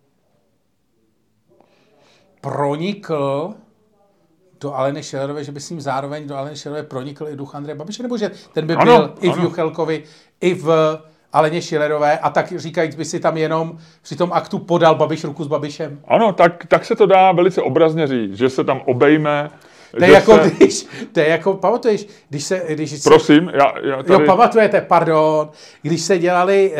pronikl do Aleny Schillerové, že by s ním zároveň do Aleny Schillerové pronikl i duch Andreje Babiše, nebo že ten by byl i v Juchelkovi, i v Aleně Schillerové a tak říkajíc by si tam jenom při tom aktu podal Babiš ruku s Babišem? Ano, tak se to dá velice obrazně říct, že se tam obejme. To je jako, to je jako, pamatuješ, když se... Prosím, já tady... Jo, pamatujete, pardon, když se dělali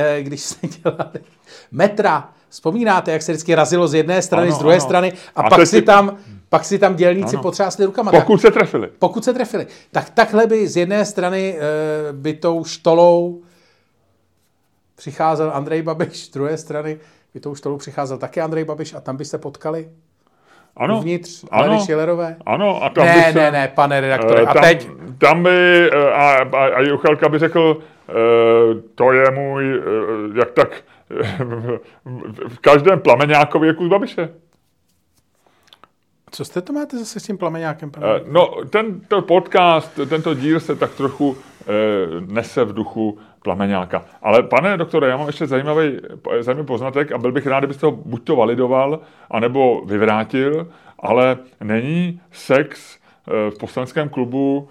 metra, vzpomínáte, jak se vždycky razilo z jedné strany, z druhé strany a pak si tam dělníci potřásli rukama. Pokud se trefili. Tak takhle by z jedné strany by tou štolou přicházel Andrej Babiš, z druhé strany by tou štolou přicházel taky Andrej Babiš a tam by se potkali. Ano, uvnitř Aleny Schillerové? Ano. A tam ne, pane redaktore. A teď? Tam by, a Juchelka by řekl, to je můj, jak tak, v každém plameňákovi je kus Babiše. Co jste to máte zase s tím plameňákem? No, tento podcast, tento díl se tak trochu nese v duchu plameňáka. Ale pane doktore, já mám ještě zajímavý poznatek a byl bych rád, kdybyste ho buď to validoval, anebo vyvrátil, ale není sex v poslaneckém klubu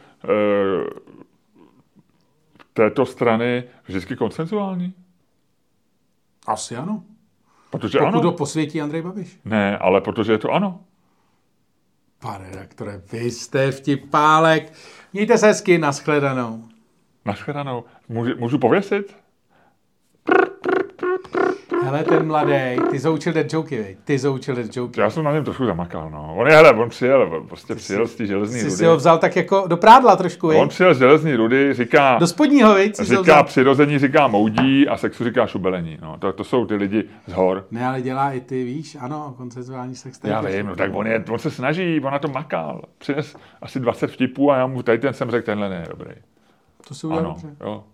této strany vždycky konsenzuální? Asi ano. Protože Pokud ano. ho posvětí Andrej Babiš. Ne, ale protože je to ano. Pane redaktore, vy jste vtipálek. Mějte se hezky, nashledanou. Nashledanou. Můžu pověsit? Hele, ten mladý, ty zoučil dead joky, vej. Ty zoučil dead joky. Já jsem na něm trošku zamakal, no. On přijel z té železné rudy. Jsi si ho vzal tak jako do prádla trošku, vej. On přijel z železné rudy, říká... Do spodního, vej. Říká přirození, říká moudí a sexu říká šubelení. No, to jsou ty lidi z hor. Ne, ale dělá i ty, víš, ano, konsenzuální sex. Já vím, no tak on se snaží, on na to makal. Přines asi 20 vtipů a já mu tady ten jsem řekl, tenhle ne, dobrý. To si udělal dobře. Jo.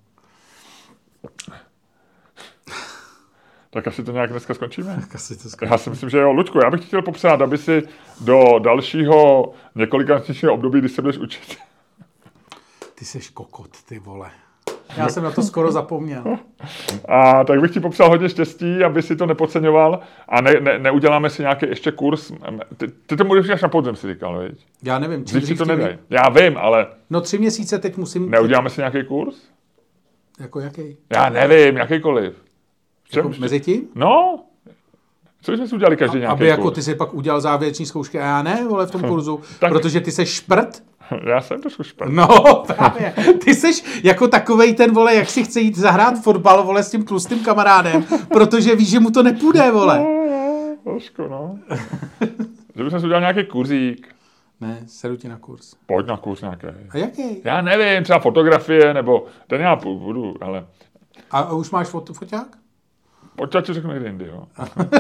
Tak asi to nějak dneska skončíme. Já si myslím, že jo. Luďku, já bych chtěl popřát, aby si do dalšího několikaměsíčního období, kdy se budeš učit. Ty seš kokot, ty vole. Já jsem na to skoro zapomněl. A tak bych ti popřál hodně štěstí, aby si to nepodceňoval a neuděláme si nějaký ještě kurz. Ty to budeš až na podzem, si říkal, viď? Já nevím. Dřív si to nedej. Já vím, ale... No 3 měsíce teď musím... Neuděláme si nějaký kurz? Jako jaký? Já nevím, jakýkoliv. Jako mezi tím? No, co jsme si udělali každý nějaký aby jako kurz? ty si pak udělal závěreční zkoušky a já ne, vole, v tom kurzu, protože ty seš šprt. Já jsem trošku šprt. No, právě. Ty seš jako takovej ten, vole, jak si chce jít zahrát fotbal, vole, s tím tlustým kamarádem, protože víš, že mu to nepůjde, vole. Trošku, no. Že bychom si udělal nějaký kurzík. Ne, sedu ti na kurz. Pojď na kurz nějaký. A jaký? Já nevím, třeba fotografie, nebo ten já budu, ale... A už máš foťák? Pojď, já ti řeknu někdy jindy, jo.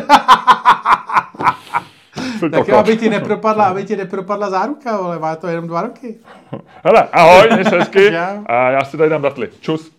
Tak aby ti nepropadla záruka, vole, má to jenom 2 roky. Hele, ahoj, měj se hezky a já si tady dám datli. Čus.